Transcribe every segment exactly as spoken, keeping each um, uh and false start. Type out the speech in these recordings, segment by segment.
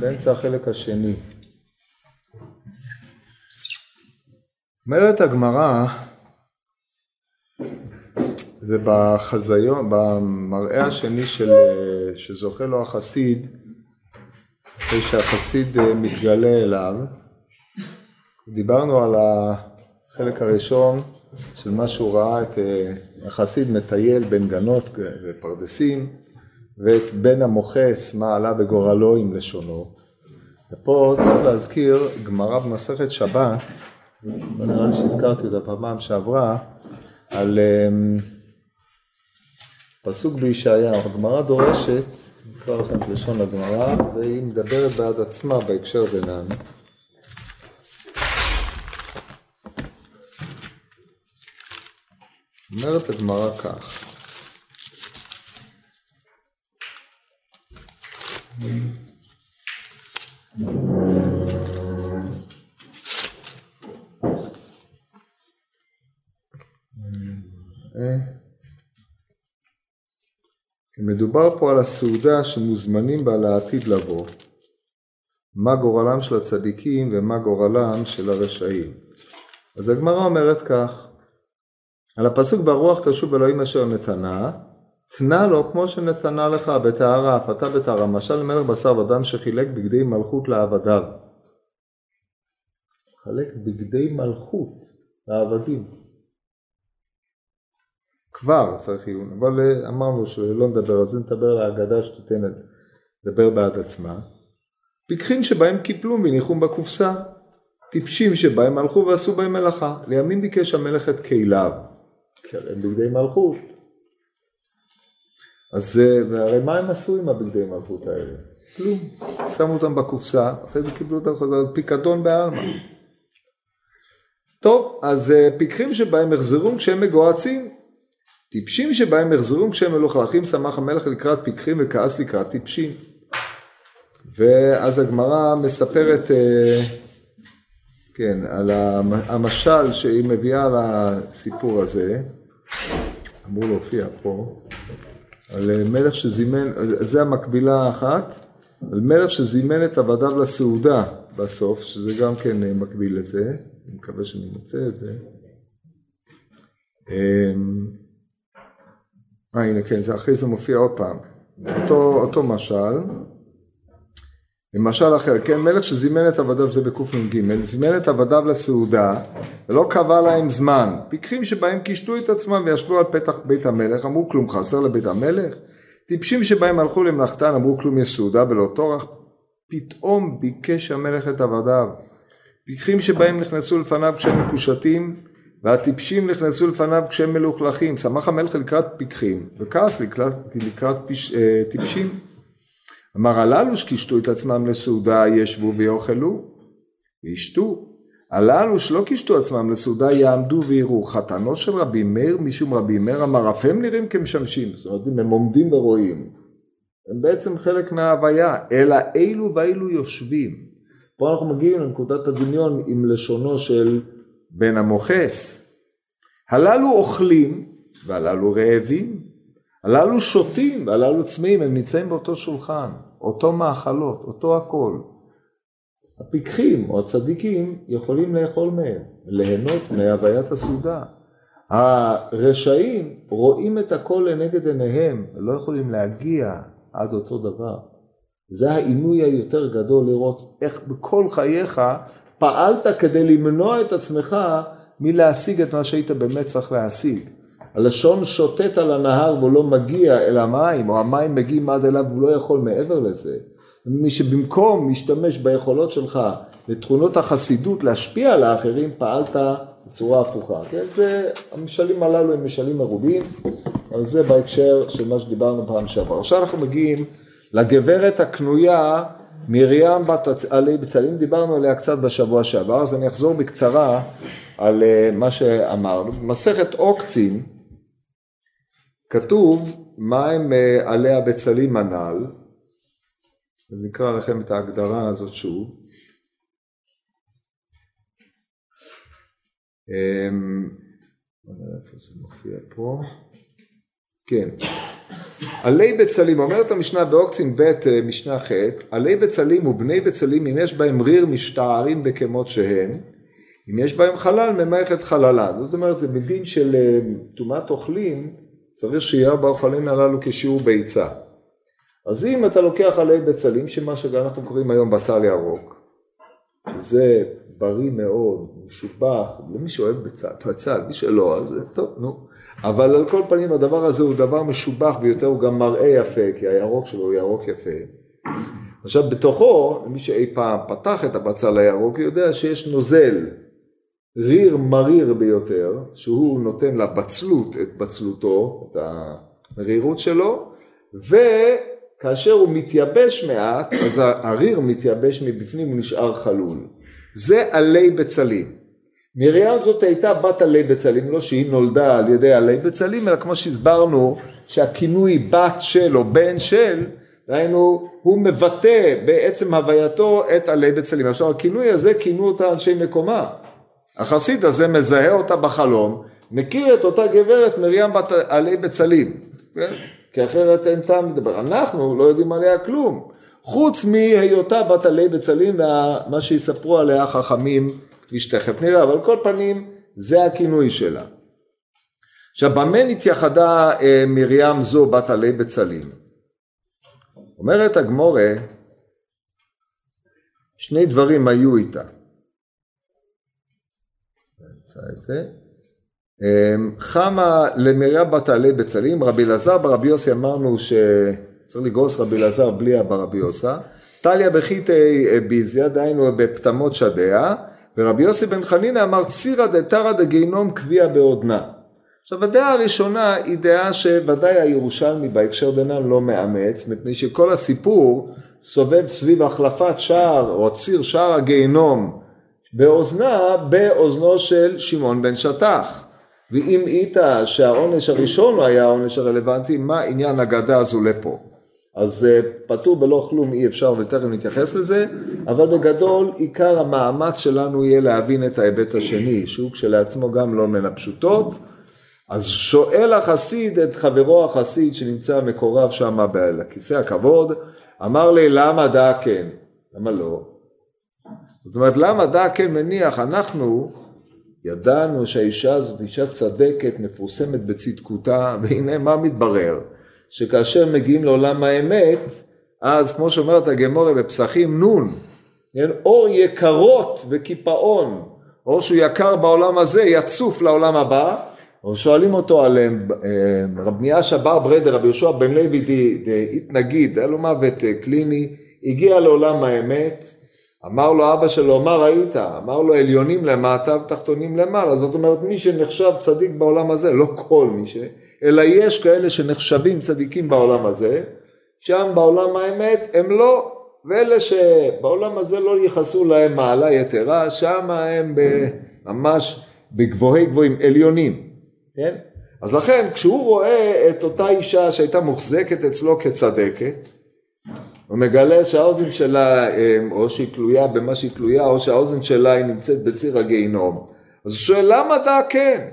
באמצע החלק השני. אומרת הגמרא, זה בחזיון, במראה השני של, שזוכה לו החסיד, אחרי שהחסיד מתגלה אליו. דיברנו על החלק הראשון של מה שהוא ראה, את החסיד מטייל בין גנות ופרדסים, ואת בן המוחס מה עלה בגורלו עם לשונו. ופה צריך להזכיר גמרא במסכת שבת, נראה לי שהזכרתי אותה פעם שעברה, על פסוק בישעיהו. הגמרא דורשת, נקרא לכם את לשון הגמרא, והיא מדברת בעד עצמה בהקשר דנן. אומרת הגמרא כך, מדובר פה על הסעודה שמוזמנים בה לעתיד לבוא, מה גורלם של הצדיקים ומה גורלם של הרשעים. אז הגמרא אומרת כך, על הפסוק ברוח תשוב אלוהים אשר נתנה, תנה לו כמו שנתנה לך בטהרה, אף אתה בטהרה, משל מלך בשר ודם שחילק בגדי מלכות לעבדיו. חלק בגדי מלכות לעבדים. כבר צריך עיון, אבל אמרנו שלא נדבר, אז נדבר על ההגדה שתיתן לדבר בעד עצמה. פיקחין שבהם קיפלו וניחום בקופסה, טיפשים שבהם הלכו ועשו בהם מלאכה. לימים ביקש המלך את כליו, כי הרי הם בגדי מלכות. אז והרי מה הם עשו עם הבגדי מלכות האלה? כלום. שמו אותם בקופסה, אחרי זה קיבלו אותם חזרה, פיקדון בעלמא. טוב, אז פיקחים שבהם החזרו כשהם מגועצים, טיפשים שבהם החזרו כשהם מלוכלכים, שמח המלך לקראת פיקחים וכעס לקראת טיפשים. ואז הגמרא מספרת, כן, על המשל שהיא מביאה על הסיפור הזה, אמור להופיע פה, על מלך שזימן, זה המקבילה האחת, על מלך שזימן את עבדיו לסעודה בסוף, שזה גם כן מקביל לזה, אני מקווה שאני מוצא את זה. אה, הנה, כן, זה אחרי זה מופיע עוד פעם. אותו, אותו משל, למשל אחר, כן, מלך שזימן את עבדיו, זה בקוף נ"ג, זימן את עבדיו לסעודה, ולא קבע להם זמן. פיקחים שבהם קישטו את עצמם וישבו על פתח בית המלך, אמרו כלום חסר לבית המלך. טיפשים שבהם הלכו למלאכתן, אמרו כלום יש סעודה בלא טורח. פתאום ביקש המלך את עבדיו. פיקחים שבהם נכנסו לפניו כשהם מקושטים, והטיפשים נכנסו לפניו כשהם מלוכלכים. שמח המלך לקראת פיקחים, וכעס לקראת, לקראת פיש, אה, טיפשים. אמר הללו שקישטו את עצמם לסעודה ישבו ויאכלו וישתו. הללו שלא קישטו עצמם לסעודה יעמדו ויראו. חתנו של רבי מאיר משום רבי מאיר אמר אף הם נראים כמשמשים. זאת אומרת הם עומדים ורואים. הם בעצם חלק מההוויה. אלא אילו ואילו יושבים. פה אנחנו מגיעים לנקודת הדמיון עם לשונו של בן המוחס. הללו אוכלים והללו רעבים. הללו שותים והללו צמאים, הם נמצאים באותו שולחן, אותו מאכלות, אותו הכל. הפיקחים או הצדיקים יכולים לאכול מהם, ליהנות מהוויית הסעודה. הרשעים רואים את הכל לנגד עיניהם, ולא יכולים להגיע עד אותו דבר. זה העינוי היותר גדול לראות איך בכל חייך פעלת כדי למנוע את עצמך מלהשיג את מה שהיית באמת צריך להשיג. הלשון שוטט על הנהר והוא לא מגיע אל המים, או המים מגיעים עד אליו והוא לא יכול מעבר לזה. מי שבמקום להשתמש ביכולות שלך לתכונות החסידות להשפיע על האחרים, פעלת בצורה הפוכה. כן? זה, המשלים הללו הם משלים מרובים, אבל זה בהקשר של מה שדיברנו פעם שעבר. עכשיו אנחנו מגיעים לגברת הקנויה מרים בת עלי בצלים, דיברנו עליה קצת בשבוע שעבר, אז אני אחזור בקצרה על מה שאמרנו. מסכת עוקצין, כתוב מה הם עלי הבצלים הנ"ל, נקרא לכם את ההגדרה הזאת שוב. איפה זה מופיע פה? כן. עלי בצלים, אומרת המשנה בעוקצין ב' משנה ח', עלי בצלים ובני בצלים, אם יש בהם ריר משתערים בכמות שהן, אם יש בהם חלל, ממייך את חללן. זאת אומרת, בדין של טומאת אוכלים, צריך שיהיה באוכלים הללו כשיעור ביצה. אז אם אתה לוקח עלי בצלים, שמה שאנחנו קוראים היום בצל ירוק, זה בריא מאוד, משובח, למי שאוהב בצל, בצל, מי שלא, אז טוב, נו. אבל על כל פנים הדבר הזה הוא דבר משובח ביותר, הוא גם מראה יפה, כי הירוק שלו הוא ירוק יפה. עכשיו בתוכו, מי שאי פעם פתח את הבצל הירוק, יודע שיש נוזל, ריר מריר ביותר, שהוא נותן לבצלות את בצלותו, את המרירות שלו, וכאשר הוא מתייבש מעט, אז הריר מתייבש מבפנים ונשאר חלול. זה עלי בצלים. מרים זאת הייתה בת עלי בצלים, לא שהיא נולדה על ידי עלי בצלים, אלא כמו שהסברנו שהכינוי בת של או בן של, ראינו, הוא מבטא בעצם הווייתו את עלי בצלים. עכשיו הכינוי הזה כינו אותה אנשי מקומה. החסיד הזה מזהה אותה בחלום, מכיר את אותה גברת מרים בת עלי בצלים, כן? כי אחרת אין טעם לדבר. אנחנו לא יודעים עליה כלום, חוץ מהיותה בת עלי בצלים ומה שיספרו עליה חכמים, כפי שתכף נראה, אבל כל פנים זה הכינוי שלה. עכשיו, במה נתייחדה מרים זו בת עלי בצלים? אומרת הגמורה, שני דברים היו איתה. נמצא את זה. חמה למרים בת עלי בצלים, רבי אלעזר ברבי יוסי אמרנו שצריך לגרוס רבי אלעזר בלי ברבי יוסה, טליה בחיתי ביזיה, דהיינו בפתמות שדיה, ורבי יוסי בן חנינא אמר צירא דתרא דגיהינום קביעה באודנה. עכשיו הדעה הראשונה היא דעה שוודאי הירושלמי בהקשר דנן לא מאמץ, מפני שכל הסיפור סובב סביב החלפת שער או ציר שער הגיהינום באוזנה באוזנו של שמעון בן שטח. ואם איתה שהעונש הראשון לא היה העונש הרלוונטי, מה עניין הגדה הזו לפה? אז פטור בלא כלום אי אפשר ותכף נתייחס לזה, אבל בגדול עיקר המאמץ שלנו יהיה להבין את ההיבט השני, שהוא כשלעצמו גם לא מן הפשוטות. אז שואל החסיד את חברו החסיד שנמצא מקורב שם בכיסא הכבוד, אמר לי למה דע כן? למה לא? זאת אומרת למה דע כן מניח, אנחנו ידענו שהאישה הזאת אישה צדקת מפורסמת בצדקותה, והנה מה מתברר? שכאשר מגיעים לעולם האמת, אז כמו שאומרת הגמורה בפסחים נון, אור יקרות וקיפאון, אור שהוא יקר בעולם הזה יצוף לעולם הבא, או שואלים אותו על רבי ניאשה בר ברדר, רבי יהושע בן לוי התנגיד, היה לו מוות קליני, הגיע לעולם האמת, אמר לו אבא שלו, מה ראית? אמר לו עליונים למטה ותחתונים למעלה, זאת אומרת מי שנחשב צדיק בעולם הזה, לא כל מי ש... אלא יש כאלה שנחשבים צדיקים בעולם הזה, שם בעולם האמת הם לא, ואלה שבעולם הזה לא ייחסו להם מעלה יתרה, שם הם ממש בגבוהי גבוהים עליונים, כן? אז לכן כשהוא רואה את אותה אישה שהייתה מוחזקת אצלו כצדקת, הוא מגלה שהאוזן שלה או שהיא תלויה במה שהיא תלויה, או שהאוזן שלה היא נמצאת בציר הגיהינום, אז הוא שואל למה דע כן?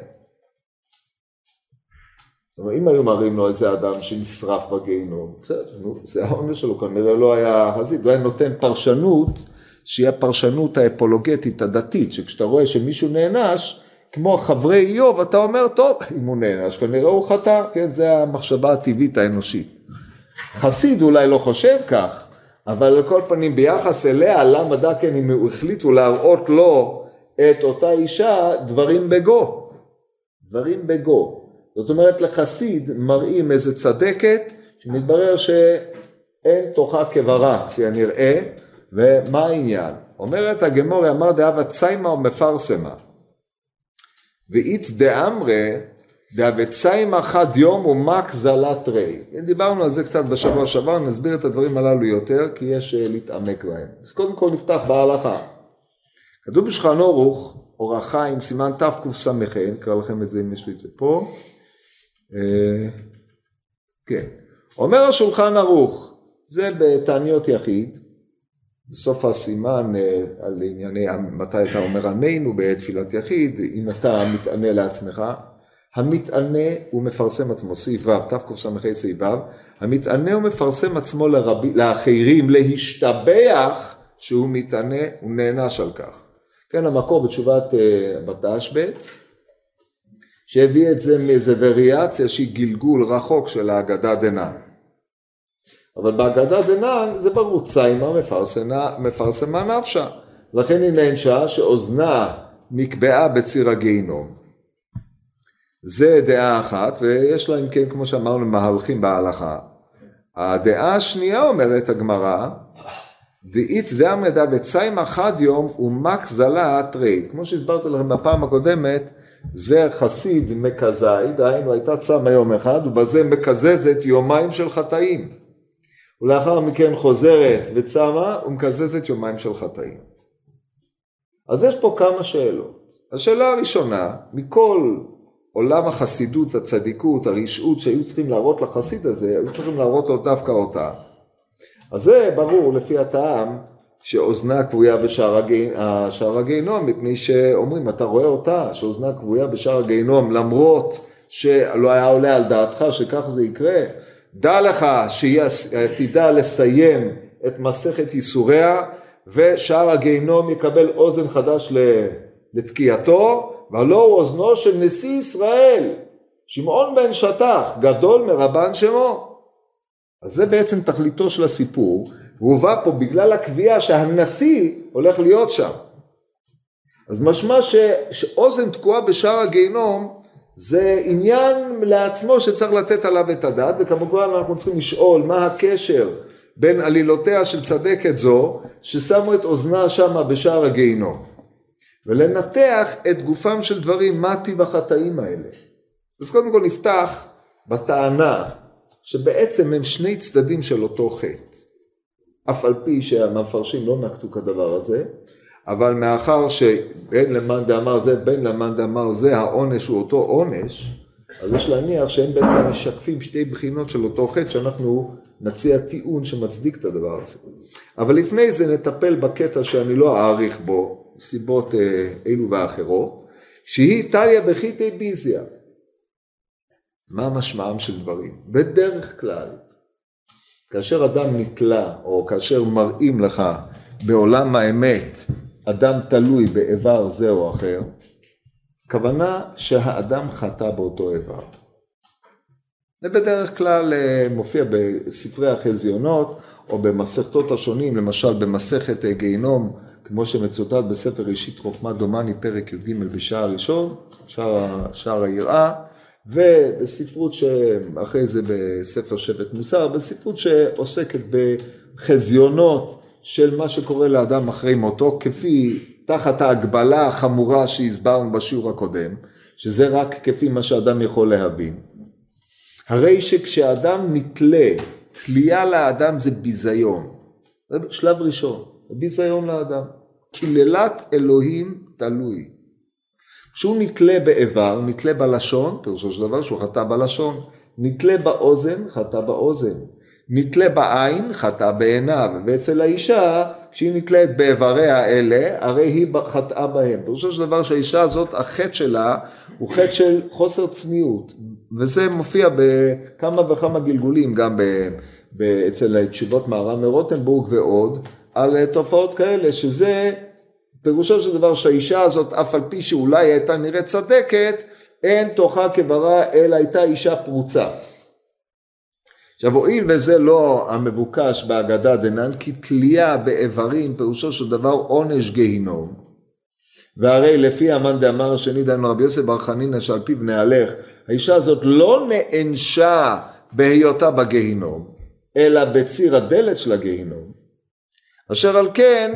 זאת אומרת, אם היו מראים לו איזה אדם שנשרף בגיהינום, זה העונש שלו, כנראה לא היה חסיד, הוא היה נותן פרשנות, שהיא הפרשנות האפולוגטית הדתית, שכשאתה רואה שמישהו נענש, כמו חברי איוב, אתה אומר, טוב, אם הוא נענש, כנראה הוא חטא, כן, זה המחשבה הטבעית האנושית. חסיד אולי לא חושב כך, אבל על כל פנים ביחס אליה, למה דקן אם הוא החליטו להראות לו את אותה אישה, דברים בגו, דברים בגו. זאת אומרת לחסיד מראים איזה צדקת, שמתברר שאין תוכה כברה, כפי הנראה, ומה העניין? אומרת הגמורה, אמר דאבה ציימה ומפרסמה, ואית דאמרה, דאבה ציימה חד יום ומק זלת רי. דיברנו על זה קצת בשבוע שעבר, נסביר את הדברים הללו יותר, כי יש להתעמק בהם. אז קודם כל נפתח בהלכה. כתוב בשולחן ערוך, אורח חיים, סימן תקס"ח, נקרא לכם את זה אם יש לי את זה פה. כן. אומר השולחן ערוך, זה בתעניות יחיד, בסוף הסימן על ענייני מתי אתה אומר עמנו בתפילת יחיד, אם אתה מתענה לעצמך, המתענה ומפרסם עצמו, סעיף ו', תקס"ה סעיף ו', המתענה ומפרסם עצמו לרבי, לאחרים, להשתבח שהוא מתענה ונענש על כך. כן, המקור בתשובת בתשבץ, שהביא את זה מאיזה וריאציה שהיא גלגול רחוק של ההגדה דנן. אבל בהגדה דנן זה ברור, ציימה מפרסמה, מפרסמה נפשה. לכן היא נענשה שאוזנה נקבעה בציר הגיהינום. זה דעה אחת, ויש לה אם כן, כמו שאמרנו, מהלכים בהלכה. הדעה השנייה אומרת הגמרא, דאית דעה מדע בציימה חד יום ומק זלה תרי. כמו שהסברתי לכם בפעם הקודמת, זה חסיד מקזאי, דהיינו הייתה צמה יום אחד, ובזה מקזזת יומיים של חטאים. ולאחר מכן חוזרת וצמה ומקזזת יומיים של חטאים. אז יש פה כמה שאלות. השאלה הראשונה, מכל עולם החסידות, הצדיקות, הרשעות שהיו צריכים להראות לחסיד הזה, היו צריכים להראות לו דווקא אותה. אז זה ברור לפי הטעם שאוזנה קבויה בשער הגיהינום, מפני שאומרים, אתה רואה אותה, שאוזנה קבויה בשער הגיהינום, למרות שלא היה עולה על דעתך שכך זה יקרה, דע לך שתדע לסיים את מסכת ייסוריה, ושער הגיהינום יקבל אוזן חדש לתקייתו, והלא הוא אוזנו של נשיא ישראל, שמעון בן שטח, גדול מרבן שמו. אז זה בעצם תכליתו של הסיפור, והוא בא פה בגלל הקביעה שהנשיא הולך להיות שם. אז משמע ש, שאוזן תקועה בשער הגיהינום, זה עניין לעצמו שצריך לתת עליו את הדעת, וכמובן אנחנו צריכים לשאול מה הקשר בין עלילותיה של צדקת זו, ששמו את אוזנה שמה בשער הגיהינום. ולנתח את גופם של דברים, מה טיב החטאים האלה. אז קודם כל נפתח בטענה, שבעצם הם שני צדדים של אותו חטא. אף על פי שהמפרשים לא נקטו כדבר הזה, אבל מאחר שבין למאן דאמר זה, בין למאן דאמר זה, העונש הוא אותו עונש, אז יש להניח שהם בעצם משקפים שתי בחינות של אותו חטא, שאנחנו נציע טיעון שמצדיק את הדבר הזה. אבל לפני זה נטפל בקטע שאני לא אעריך בו, סיבות אלו ואחרות, שהיא טליה בחיטי ביזיה. מה משמעם של דברים? בדרך כלל, כאשר אדם נתלה, או כאשר מראים לך בעולם האמת, אדם תלוי באיבר זה או אחר, כוונה שהאדם חטא באותו איבר. זה בדרך כלל מופיע בספרי החזיונות, או במסכתות השונים, למשל במסכת גיהינום, כמו שמצוטט בספר ראשית חוכמה דומני, פרק י"ג בשער ראשון, שער, שער היראה, ובספרות שאחרי זה בספר שבט מוסר, בספרות שעוסקת בחזיונות של מה שקורה לאדם אחרי מותו, כפי תחת ההגבלה החמורה שהסברנו בשיעור הקודם, שזה רק כפי מה שאדם יכול להבין. הרי שכשאדם נתלה, תלייה לאדם זה ביזיון. זה שלב ראשון, ביזיון לאדם. קללת אלוהים תלוי. כשהוא נתלה באיבר, נתלה בלשון, פירושו של דבר שהוא חטא בלשון, נתלה באוזן, חטא באוזן, נתלה בעין, חטא בעיניו, ואצל האישה, כשהיא נתלית באיבריה האלה, הרי היא חטאה בהם. פירושו של דבר שהאישה הזאת, החטא שלה, הוא חטא של חוסר צניעות, וזה מופיע בכמה וכמה גלגולים, גם אצל תשובות מהר"ם מרוטנבורג ועוד, על תופעות כאלה, שזה פירושו של דבר שהאישה הזאת, אף על פי שאולי הייתה נראית צדקת, אין תוכה כברא, אלא הייתה אישה פרוצה. עכשיו, הואיל וזה לא המבוקש בהגדה דנן, כי תלייה באיברים, פירושו של דבר עונש גיהינום. והרי לפי המאן דאמר השני, דהיינו רבי יוסף בר חנינא שעל פיו נהלך, האישה הזאת לא נענשה בהיותה בגיהינום, אלא בציר הדלת של הגיהינום. אשר על כן,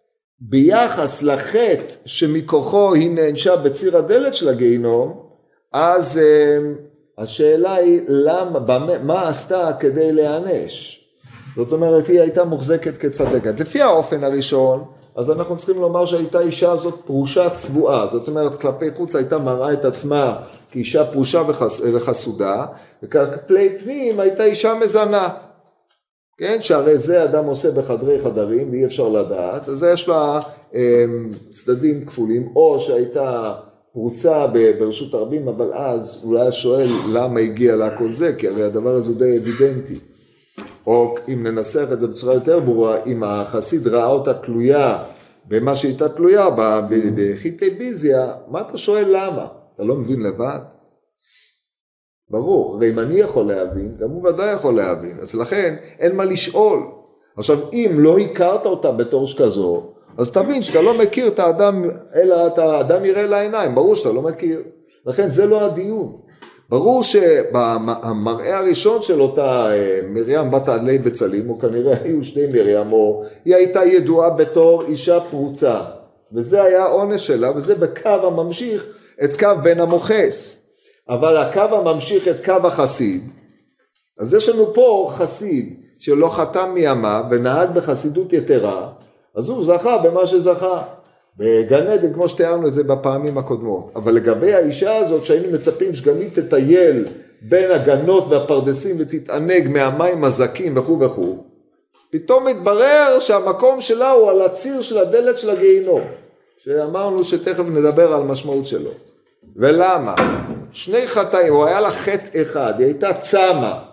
ביחס לחטא שמכוחו היא נענשה בציר הדלת של הגיהינום, אז השאלה היא למה, מה עשתה כדי להענש? זאת אומרת, היא הייתה מוחזקת כצדקת. לפי האופן הראשון, אז אנחנו צריכים לומר שהייתה אישה הזאת פרושה צבועה. זאת אומרת, כלפי חוץ הייתה מראה את עצמה כאישה פרושה וחס, וחסודה, וכלפי פנים הייתה אישה מזנה. כן, שהרי זה אדם עושה בחדרי חדרים, ואי אפשר לדעת, אז יש לה אה, צדדים כפולים, או שהייתה פרוצה ברשות הרבים, אבל אז אולי היה שואל למה הגיע לה כל זה, כי הרי הדבר הזה הוא די אבידנטי. או אם ננסח את זה בצורה יותר ברורה, אם החסיד ראה אותה תלויה במה שהייתה תלויה בחיטי ביזיה, מה אתה שואל למה? אתה לא מבין לבד? ברור, הרי אם אני יכול להבין, גם הוא ודאי יכול להבין, אז לכן אין מה לשאול. עכשיו, אם לא הכרת אותה בתור שכזו, אז תבין שאתה לא מכיר את האדם, אלא את האדם יראה לעיניים, ברור שאתה לא מכיר. לכן זה לא הדיון. ברור שבמראה הראשון של אותה מרים בת עלי בצלים, או כנראה היו שני מרים, או היא הייתה ידועה בתור אישה פרוצה, וזה היה העונש שלה, וזה בקו הממשיך את קו בן המוחס. אבל הקו הממשיך את קו החסיד, אז יש לנו פה חסיד שלא חתם מימיו ונהג בחסידות יתרה, אז הוא זכה במה שזכה. בגן עדן, כמו שתיארנו את זה בפעמים הקודמות. אבל לגבי האישה הזאת שהיינו מצפים שגם היא תטייל בין הגנות והפרדסים ותתענג מהמים הזקים וכו' וכו', פתאום מתברר שהמקום שלה הוא על הציר של הדלת של הגיהינום, שאמרנו שתכף נדבר על משמעות שלו. ולמה? שני חטאים, הוא היה לה חטא אחד, היא הייתה צמה.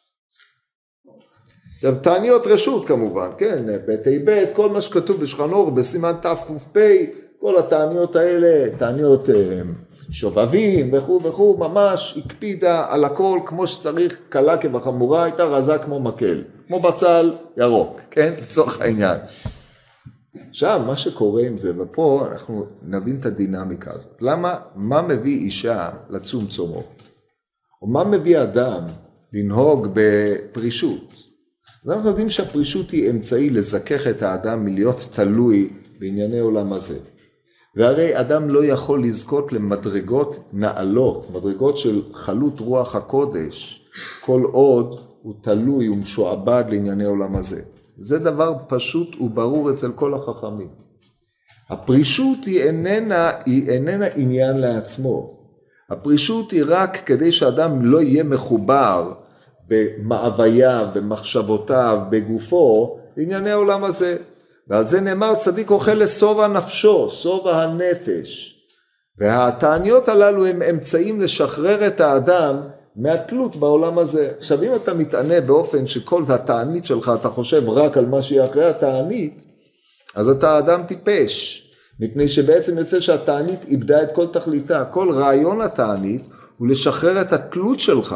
עכשיו, תעניות רשות כמובן, כן, בתי בית, כל מה שכתוב בשולחן אור, בסימן תק"פ, כל התעניות האלה, תעניות שובבים וכו' וכו', ממש הקפידה על הכל כמו שצריך, קלה כבחמורה, הייתה רזה כמו מקל, כמו בצל ירוק, כן, לצורך העניין. עכשיו, מה שקורה עם זה, ופה אנחנו נבין את הדינמיקה הזאת. למה, מה מביא אישה לצום צומו? או מה מביא אדם לנהוג בפרישות? אז אנחנו יודעים שהפרישות היא אמצעי לזכך את האדם מלהיות תלוי בענייני עולם הזה. והרי אדם לא יכול לזכות למדרגות נעלות, מדרגות של חלות רוח הקודש, כל עוד הוא תלוי ומשועבד לענייני עולם הזה. זה דבר פשוט וברור אצל כל החכמים. הפרישות היא איננה, היא איננה עניין לעצמו. הפרישות היא רק כדי שאדם לא יהיה מחובר במאווייו, במחשבותיו, בגופו, לענייני העולם הזה. ועל זה נאמר צדיק אוכל לסובה נפשו, סובה הנפש. והתעניות הללו הם אמצעים לשחרר את האדם מהתלות בעולם הזה. עכשיו אם אתה מתענה באופן שכל התענית שלך אתה חושב רק על מה שיהיה אחרי התענית, אז אתה אדם טיפש. מפני שבעצם יוצא שהתענית איבדה את כל תכליתה. כל רעיון התענית הוא לשחרר את התלות שלך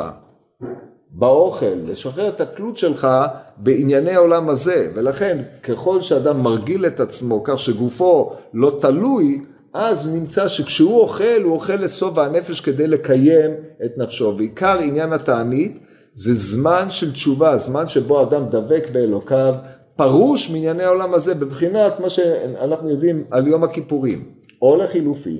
באוכל, לשחרר את התלות שלך בענייני העולם הזה. ולכן ככל שאדם מרגיל את עצמו כך שגופו לא תלוי, אז נמצא שכשהוא אוכל, הוא אוכל לסובה הנפש כדי לקיים את נפשו. בעיקר עניין התענית זה זמן של תשובה, זמן שבו אדם דבק באלוקיו, פרוש מענייני העולם הזה, בבחינת מה שאנחנו יודעים על יום הכיפורים, או לחילופין.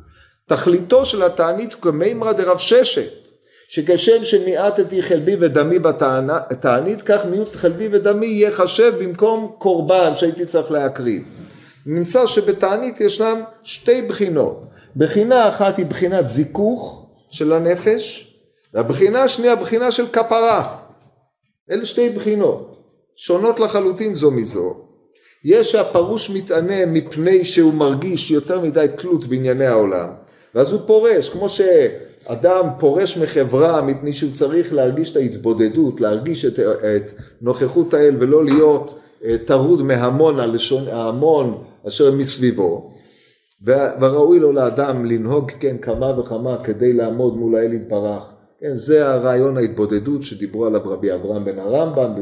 תכליתו של התענית כמימרא דרב ששת, שכשם שמיעטתי חלבי ודמי בתענית, כך מיעוט חלבי ודמי יהיה חשב במקום קורבן שהייתי צריך להקריב. נמצא שבתענית ישנם שתי בחינות. בחינה אחת היא בחינת זיכוך של הנפש, והבחינה השנייה בחינה של כפרה. אלה שתי בחינות, שונות לחלוטין זו מזו. יש שהפרוש מתענה מפני שהוא מרגיש יותר מדי תלות בענייני העולם, ואז הוא פורש, כמו שאדם פורש מחברה מפני שהוא צריך להרגיש את ההתבודדות, להרגיש את, את נוכחות האל ולא להיות תרוד מהמון הלשון, ההמון אשר מסביבו, וראוי לו לאדם לנהוג כן כמה וכמה כדי לעמוד מול האל יתברך. כן, זה הרעיון ההתבודדות שדיברו עליו רבי אברהם בן הרמב"ם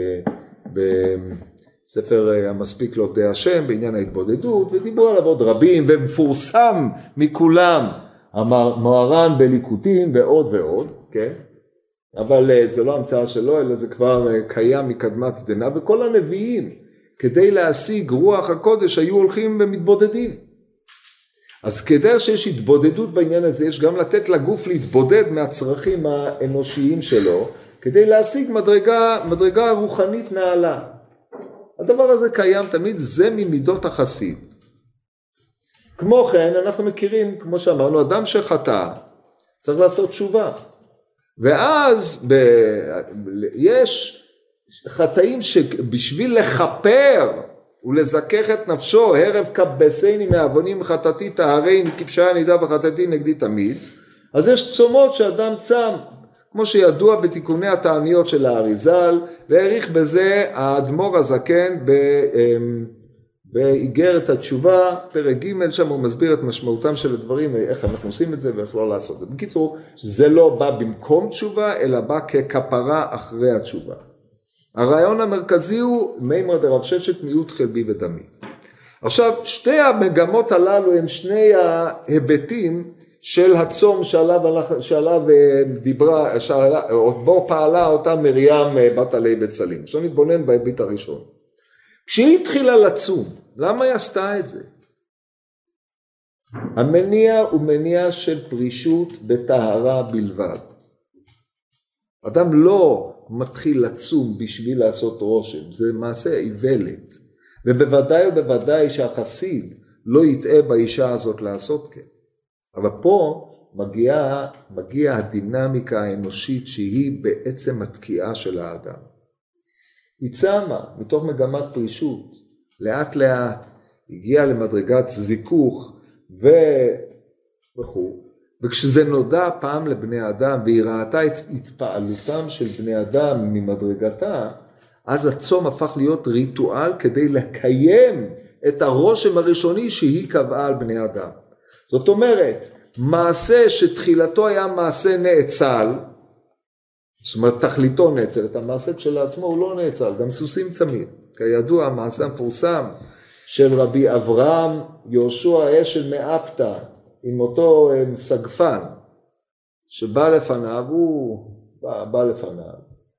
בספר המספיק לעובדי השם בעניין ההתבודדות, ודיברו עליו עוד רבים, ומפורסם מכולם המוהר"ן בליקוטים ועוד ועוד, כן? אבל זה לא המצאה שלו, אלא זה כבר קיים מקדמת דנא, וכל הנביאים כדי להשיג רוח הקודש היו הולכים ומתבודדים. אז כדי שיש התבודדות בעניין הזה, יש גם לתת לגוף להתבודד מהצרכים האנושיים שלו, כדי להשיג מדרגה, מדרגה רוחנית נעלה. הדבר הזה קיים תמיד, זה ממידות החסיד. כמו כן, אנחנו מכירים, כמו שאמרנו, אדם שחטא, צריך לעשות תשובה. ואז ב... יש חטאים שבשביל לחפר ולזכך את נפשו, הרב כבסני מעוונים חטאתי טהרני, כפשעי נידה וחטאתי נגדי תמיד. אז יש צומות שאדם צם, כמו שידוע בתיקוני התעניות של האריזל, והעריך בזה האדמו"ר הזקן באיגרת התשובה, פרק ג', שם הוא מסביר את משמעותם של הדברים, איך אנחנו עושים את זה ואיך לא לעשות את זה. בקיצור, זה לא בא במקום תשובה, אלא בא ככפרה אחרי התשובה. הרעיון המרכזי הוא מימרא דרב ששת מיעוט חלבי ודמי. עכשיו, שתי המגמות הללו הם שני ההיבטים של הצום שעליו, שעליו דיברה, שעלה, או בו פעלה אותה מרים בת עלי בצלים. עכשיו נתבונן בהיבט הראשון. כשהיא התחילה לצום, למה היא עשתה את זה? המניע הוא מניע של פרישות בטהרה בלבד. אדם לא מתחיל לצום בשביל לעשות רושם, זה מעשה איוולת. ובוודאי ובוודאי שהחסיד לא יטעה באישה הזאת לעשות כן. אבל פה מגיעה, מגיעה הדינמיקה האנושית שהיא בעצם התקיעה של האדם. היא צמה מתוך מגמת פרישות, לאט לאט הגיעה למדרגת זיכוך ו... וכו'. וכשזה נודע פעם לבני אדם והיא ראתה את התפעלותם של בני אדם ממדרגתה, אז הצום הפך להיות ריטואל כדי לקיים את הרושם הראשוני שהיא קבעה על בני אדם. זאת אומרת, מעשה שתחילתו היה מעשה נאצל, זאת אומרת תכליתו נאצל, את המעשה כשלעצמו הוא לא נאצל, גם סוסים צמים. כידוע המעשה המפורסם של רבי אברהם יהושע אשל מאפתא, עם אותו סגפן שבא לפניו, הוא בא, בא לפניו,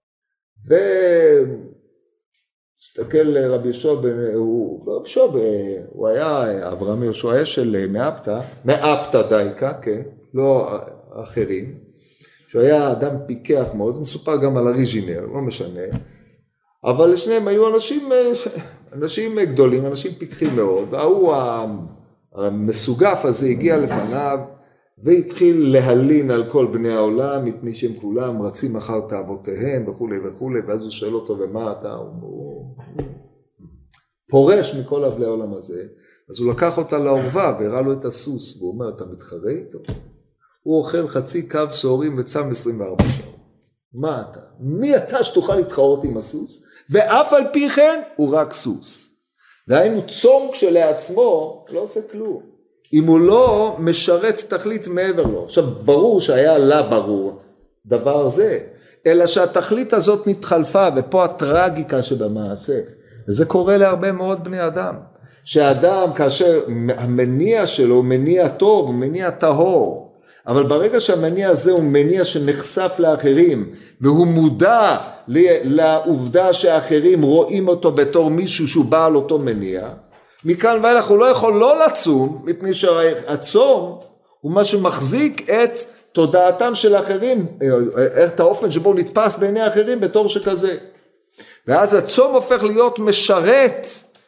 והסתכל רבי יהושע, הוא, רבי יהושע, הוא היה אברהם יהושע אשל מאפתא, מאפתא דייקה, כן, לא אחרים, שהוא היה אדם פיקח מאוד, זה מסופר גם על אריג'ינר, לא משנה, אבל לשניהם היו אנשים, אנשים גדולים, אנשים פיקחים מאוד, והוא המסוגף הזה הגיע לפניו, והתחיל להלין על כל בני העולם, מפני שהם כולם רצים אחר תאוותיהם וכו' וכו', ואז הוא שואל אותו, ומה אתה? הוא פורש מכל אבלי העולם הזה, אז הוא לקח אותה לעורבה, והראה לו את הסוס, והוא אומר, אתה מתחרה איתו? הוא אוכל חצי קו סוהרים וצם עשרים וארבע שעות. מה אתה? מי אתה שתוכל להתחרות עם הסוס? ואף על פי כן הוא רק סוס. דהיינו צום כשלעצמו לא עושה כלום. אם הוא לא משרת תכלית מעבר לו. עכשיו ברור שהיה לה ברור דבר זה, אלא שהתכלית הזאת נתחלפה, ופה הטרגיקה שבמעשה. וזה קורה להרבה מאוד בני אדם. שהאדם כאשר המניע שלו הוא מניע טוב, הוא מניע טהור. אבל ברגע שהמניע הזה הוא מניע שנחשף לאחרים, והוא מודע לעובדה שאחרים רואים אותו בתור מישהו שהוא בעל אותו מניע, מכאן ואילך הוא לא יכול לא לצום, מפני שהצום הוא מה שמחזיק את תודעתם של האחרים, את האופן שבו הוא נתפס בעיני האחרים בתור שכזה. ואז הצום הופך להיות משרת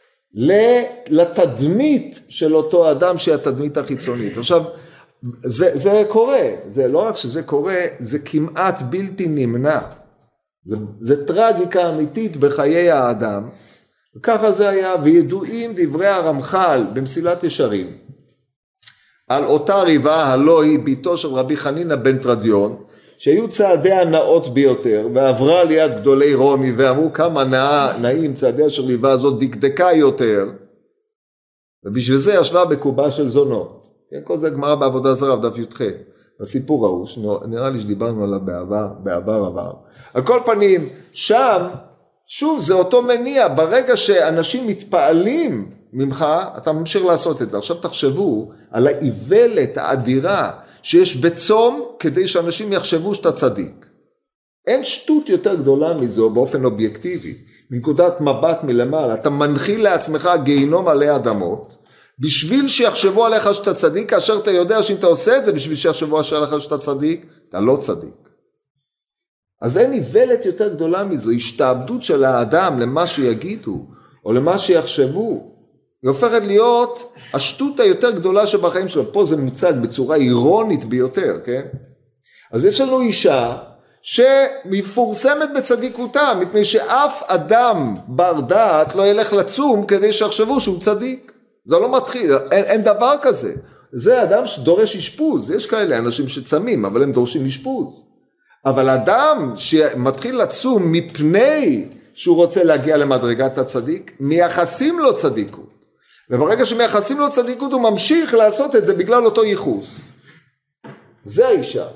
לתדמית של אותו אדם שהיא התדמית החיצונית. עכשיו, זה, זה קורה, זה לא רק שזה קורה, זה כמעט בלתי נמנע. זה, זה טרגיקה אמיתית בחיי האדם. וככה זה היה, וידועים דברי הרמח"ל במסילת ישרים, על אותה ריבה, הלא היא ביתו של רבי חנינא בן תרדיון, שהיו צעדי הנאות ביותר, ועברה ליד גדולי רומי, ואמרו כמה נאה, נאים צעדיה של ריבה הזאת דקדקה יותר, ובשביל זה ישבה בקובה של זונות. כן, כל זה גמרא בעבודה זרה, בדף י"ח, בסיפור ההוא, נראה לי שדיברנו עליו בעבר, בעבר עבר. על כל פנים, שם, שוב, זה אותו מניע, ברגע שאנשים מתפעלים ממך, אתה ממשיך לעשות את זה. עכשיו תחשבו על האיוולת האדירה שיש בצום, כדי שאנשים יחשבו שאתה צדיק. אין שטות יותר גדולה מזו באופן אובייקטיבי, מנקודת מבט מלמעלה. אתה מנחיל לעצמך גיהינום עלי אדמות, בשביל שיחשבו עליך שאתה צדיק, כאשר אתה יודע שאם אתה עושה את זה, בשביל שיחשבו עליך שאתה צדיק, אתה לא צדיק. אז אין איוולת יותר גדולה מזו, השתעבדות של האדם למה שיגידו, או למה שיחשבו, היא הופכת להיות השטות היותר גדולה שבחיים שלו. פה זה מוצג בצורה אירונית ביותר, כן? אז יש לנו אישה שמפורסמת בצדיקותה, מפני שאף אדם בר דעת לא ילך לצום כדי שיחשבו שהוא צדיק. זה לא מתחיל, אין, אין דבר כזה. זה אדם שדורש אשפוז, יש כאלה אנשים שצמים, אבל הם דורשים אשפוז. אבל אדם שמתחיל לצום מפני שהוא רוצה להגיע למדרגת הצדיק, מייחסים לו צדיקות. וברגע שמייחסים לו צדיקות, הוא ממשיך לעשות את זה בגלל אותו ייחוס. זה האישה.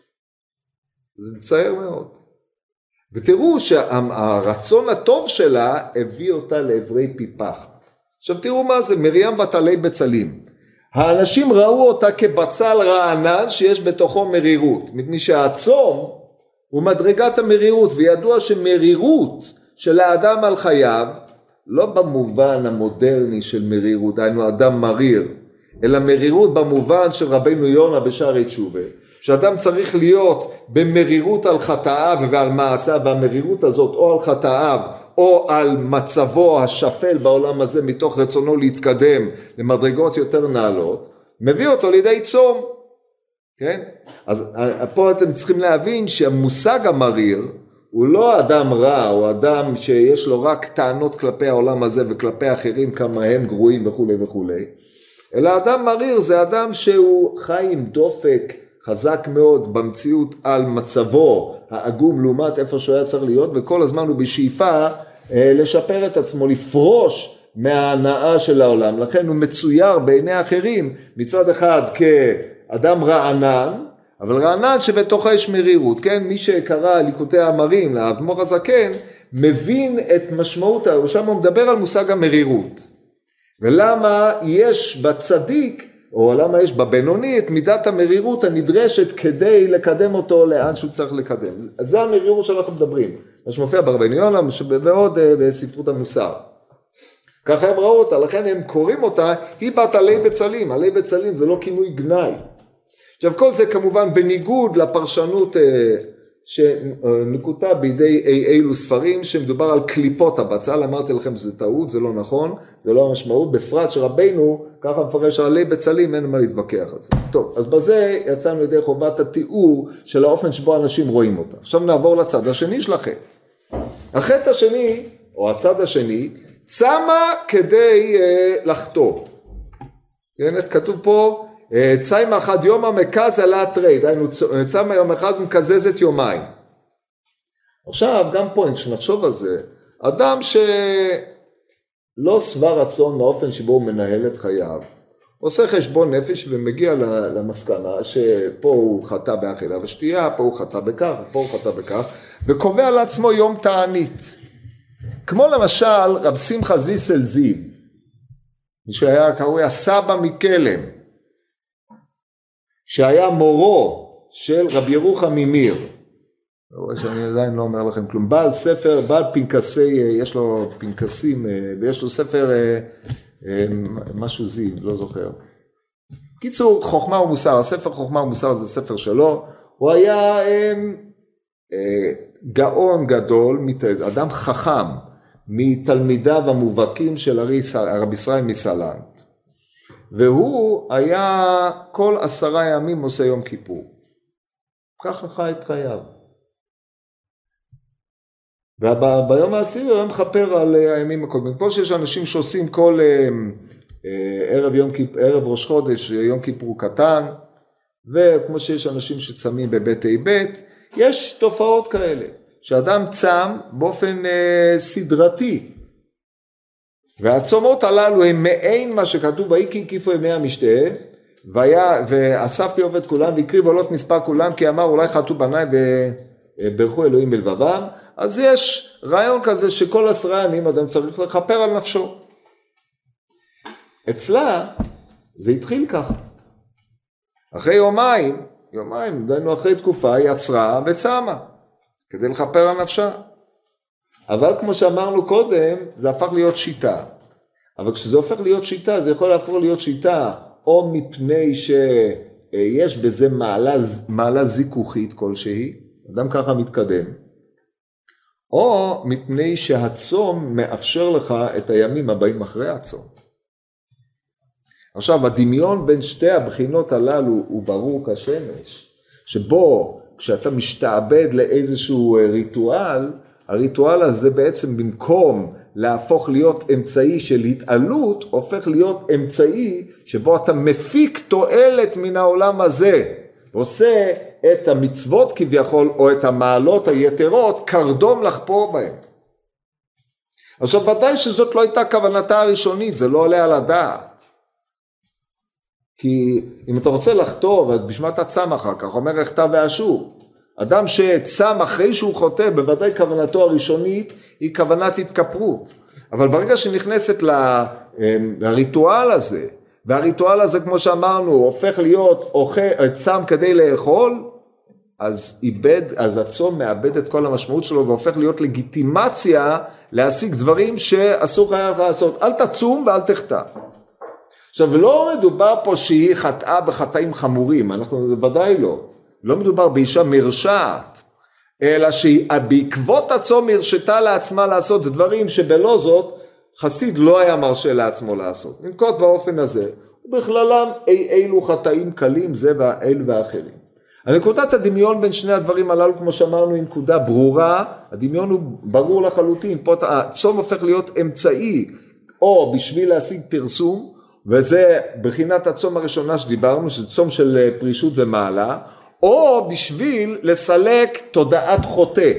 זה מצער מאוד. ותראו שהרצון הטוב שלה הביא אותה לעברי פי פחת. עכשיו תראו מה זה, מרים בת עלי בצלים. האנשים ראו אותה כבצל רענן שיש בתוכו מרירות. מפני שהצום הוא מדרגת המרירות, וידוע שמרירות של האדם על חייו, לא במובן המודרני של מרירות, דהיינו אדם מריר, אלא מרירות במובן של רבינו יונה בשערי תשובה, שאדם צריך להיות במרירות על חטאיו ועל מעשיו, והמרירות הזאת או על חטאיו או על מצבו השפל בעולם הזה מתוך רצונו להתקדם למדרגות יותר נעלות, מביא אותו לידי צום. כן? אז פה אתם צריכים להבין שהמושג המריר הוא לא אדם רע או אדם שיש לו רק טענות כלפי העולם הזה וכלפי אחרים כמה הם גרועים וכו' וכו', אלא אדם מריר זה אדם שהוא חי עם דופק חזק מאוד במציאות על מצבו העגום לעומת איפה שהוא היה צריך להיות, וכל הזמן הוא בשאיפה לשפר את עצמו, לפרוש מההנאה של העולם. לכן הוא מצויר בעיני אחרים מצד אחד כאדם רענן, אבל רענן שבתוכה יש מרירות. כן, מי שקרא ליקוטי האמרים לאדמו"ר הזקן מבין את משמעות, שם הוא מדבר על מושג המרירות, ולמה יש בצדיק או למה יש בבינוני את מידת המרירות הנדרשת כדי לקדם אותו לאן שהוא צריך לקדם. זה המרירות שאנחנו מדברים, מה שמופיע ברבנו יונה ועוד בספרות המוסר. ככה הם ראו אותה, לכן הם קוראים אותה, היא בת עלי בצלים. עלי בצלים זה לא כינוי גנאי. עכשיו כל זה כמובן בניגוד לפרשנות שנקוטה בידי אי אילו ספרים שמדובר על קליפות הבצל. אמרתי לכם שזה טעות, זה לא נכון, זה לא המשמעות, בפרט שרבינו ככה מפרש עלי בצלים, אין מה להתווכח על זה. טוב, אז בזה יצאנו לידי חובת התיאור של האופן שבו אנשים רואים אותה. עכשיו נעבור לצד השני של החטא. החטא השני, או הצד השני, צמה כדי אה, לחטוא. כן, איך כתוב פה? ציימה אחד יומא מקז עלה תרי, דהיינו ציימה יום אחד מקזזת יומיים. עכשיו גם פה כשנחשוב על זה, אדם שלא שבע רצון מהאופן שבו הוא מנהל את חייו, עושה חשבון נפש ומגיע למסקנה שפה הוא חטא באכילה ושתייה, פה הוא חטא בכך, פה הוא חטא בכך, וקובע לעצמו יום תענית. כמו למשל רב שמחה זיסל זיו, מי שהיה קרוי הסבא מקלם, שהיה מורו של רבי ירוחם ממיר, שאני עדיין לא אומר לכם כלום, בעל ספר, בעל פנקסי, יש לו פנקסים, ויש לו ספר, משהו זין, לא זוכר. קיצור, חוכמה ומוסר, הספר חוכמה ומוסר זה ספר שלו, הוא היה גאון גדול, אדם חכם, מתלמידיו המובהקים של רבי ישראל מסלנט. והוא היה כל עשרה ימים עושה יום כיפור. ככה חי את חייו. וביום העשירי הוא מכפר על הימים הקודמים. פה שיש אנשים שעושים כל ערב, יום כיפ... ערב ראש חודש יום כיפור קטן, וכמו שיש אנשים שצמים בבית אי בית, יש תופעות כאלה, שאדם צם באופן סדרתי. והצומות הללו הם מעין מה שכתוב, ויהי כי הקיפו ימי המשתה, ואסף יעבד כולם והקריב עולות מספר כולם, כי אמר אולי חטאו בניי וברכו אלוהים בלבבם. אז יש רעיון כזה שכל עשרה ימים אדם צריך לכפר על נפשו. אצלה זה התחיל ככה. אחרי יומיים, יומיים, דיינו אחרי תקופה, היא עצרה וצמה, כדי לכפר על נפשה. אבל כמו שאמרנו קודם, זה הפך להיות שיטה. אבל כשזה הופך להיות שיטה, זה יכול להפוך להיות שיטה, או מפני שיש בזה מעלה, מעלה זיכוכית כלשהי, אדם ככה מתקדם, או מפני שהצום מאפשר לך את הימים הבאים אחרי הצום. עכשיו, הדמיון בין שתי הבחינות הללו הוא ברור כשמש, שבו כשאתה משתעבד לאיזשהו ריטואל, הריטואל הזה בעצם במקום להפוך להיות אמצעי של התעלות, הופך להיות אמצעי שבו אתה מפיק תועלת מן העולם הזה, ועושה את המצוות כביכול, או את המעלות היתרות, קרדום לחפור בהם. עכשיו ודאי שזאת לא הייתה כוונתה הראשונית, זה לא עולה על הדעת. כי אם אתה רוצה לחטוא, אז בשביל מה אתה צם אחר כך? אומר אחטא ואשור. אדם שצם אחרי שהוא חוטא, בוודאי כוונתו הראשונית היא כוונת התכפרות. אבל ברגע שנכנסת ל, לריטואל הזה, והריטואל הזה כמו שאמרנו, הופך להיות אוכל, צם כדי לאכול, אז איבד, אז הצום מאבד את כל המשמעות שלו, והופך להיות לגיטימציה להשיג דברים שאסור לך לעשות. אל תצום ואל תחטא. עכשיו לא מדובר פה שהיא חטאה בחטאים חמורים, אנחנו בוודאי לא. לא מדובר באישה מרשעת, אלא שהיא בעקבות הצום הרשתה לעצמה לעשות דברים שבלא זאת חסיד לא היה מרשה לעצמו לעשות. ננקוט באופן הזה, ובכללם אי אילו חטאים קלים זה והאל והאחרים. הנקודת הדמיון בין שני הדברים הללו כמו שאמרנו היא נקודה ברורה, הדמיון הוא ברור לחלוטין, פה הצום הופך להיות אמצעי או בשביל להשיג פרסום, וזה בחינת הצום הראשונה שדיברנו, שזה צום של פרישות ומעלה, או בשביל לסלק תודעת חוטא.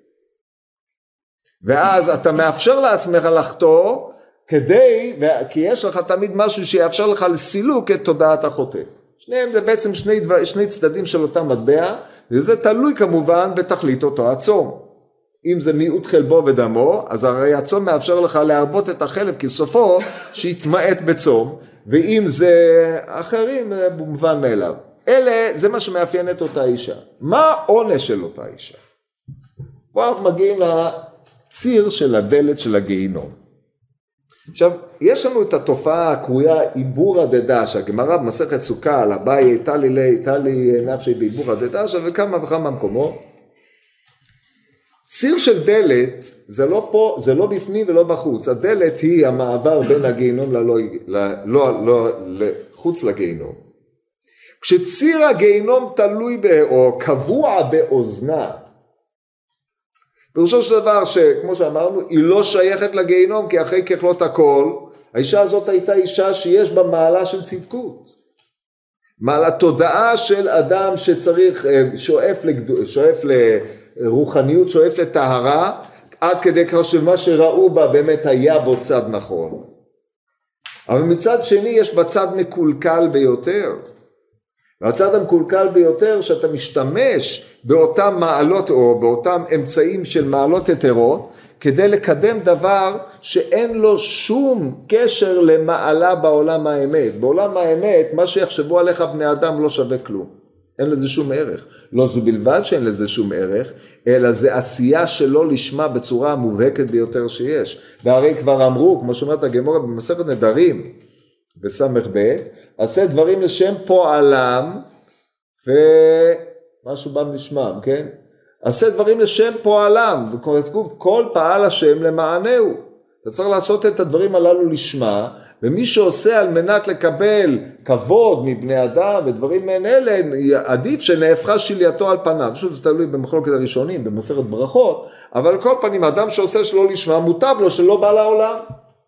ואז אתה מאפשר לעצמך לחטוא, כדי, כי יש לך תמיד משהו שיאפשר לך לסילוק את תודעת החוטא. שניהם זה בעצם שני, דבר, שני צדדים של אותה מטבע, וזה תלוי כמובן בתכלית אותו הצום. אם זה מיעוט חלבו ודמו, אז הרי הצום מאפשר לך להרבות את החלב כסופו שיתמעט בצום, ואם זה אחרים, זה במובן מאליו. אלה, זה מה שמאפיין את אותה אישה. מה העונש של אותה אישה? פה אנחנו מגיעים לציר של הדלת של הגיהינום. עכשיו, יש לנו את התופעה הקרויה עיבורא דדשא, הגמרא במסכת סוכה על אביי, תלי לי, תלי נפשי בעיבורא דדשא, וכמה וכמה מקומות. ציר של דלת, זה לא פה, זה לא בפנים ולא בחוץ. הדלת היא המעבר בין הגיהינום ללא, לא, לא, לחוץ לגיהינום. כשציר הגיהינום תלוי ב, או קבוע באוזנה, פירושו של דבר שכמו שאמרנו, היא לא שייכת לגיהינום, כי אחרי ככלות הכל, האישה הזאת הייתה אישה שיש בה מעלה של צדקות. מעלה תודעה של אדם שצריך, שואף, לגד... שואף לרוחניות, שואף לטהרה, עד כדי כך שמה שראו בה באמת היה בו צד נכון. אבל מצד שני יש בצד מקולקל ביותר. והצד המקולקל ביותר שאתה משתמש באותם מעלות או באותם אמצעים של מעלות יתרות כדי לקדם דבר שאין לו שום קשר למעלה בעולם האמת. בעולם האמת מה שיחשבו עליך בני אדם לא שווה כלום. אין לזה שום ערך. לא זו בלבד שאין לזה שום ערך, אלא זה עשייה שלא לשמה בצורה המובהקת ביותר שיש. והרי כבר אמרו, כמו שאומרת הגמרא במסכת נדרים, בסמך ב', עשה דברים לשם פועלם, ומשהו בא משמם, כן? עשה דברים לשם פועלם, וכתוב, כל פעל השם למענהו. אתה צריך לעשות את הדברים הללו לשמה, ומי שעושה על מנת לקבל כבוד מבני אדם ודברים מעין אלה, עדיף שנהפכה שלייתו על פניו. פשוט זה תלוי במחלוקת הראשונים, במסכת ברכות, אבל כל פנים, אדם שעושה שלא לשמה, מוטב לו שלא בא לעולם.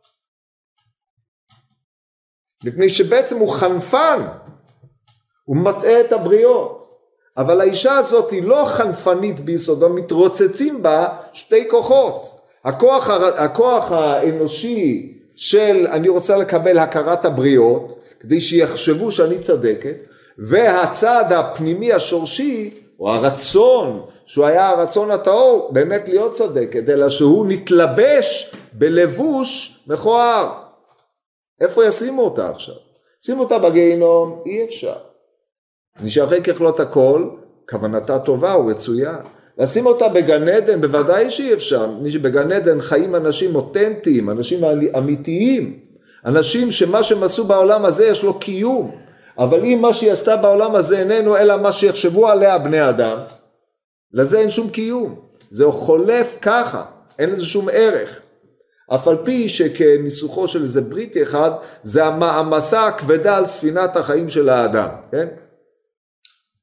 מפני שבעצם הוא חנפן, הוא מטעה את הבריות. אבל האישה הזאת היא לא חנפנית ביסודו, מתרוצצים בה שתי כוחות. הכוח, הכוח האנושי של אני רוצה לקבל הכרת הבריות, כדי שיחשבו שאני צדקת, והצד הפנימי השורשי, או הרצון, שהוא היה הרצון הטהור, באמת להיות צדקת, אלא שהוא נתלבש בלבוש מכוער. איפה ישימו אותה עכשיו? שימו אותה בגיהינום, אי אפשר. נשארי ככלות הכל, כוונתה טובה או רצויה. לשים אותה בגן עדן, בוודאי שאי אפשר. בגן עדן חיים אנשים אותנטיים, אנשים אמיתיים, אנשים שמה שהם עשו בעולם הזה יש לו קיום. אבל אם מה שהיא עשתה בעולם הזה איננו, אלא מה שיחשבו עליה בני אדם, לזה אין שום קיום. זה חולף ככה, אין לזה שום ערך. אף על פי שכניסוחו של איזה בריטי אחד, זה המעמסה הכבדה על ספינת החיים של האדם, כן?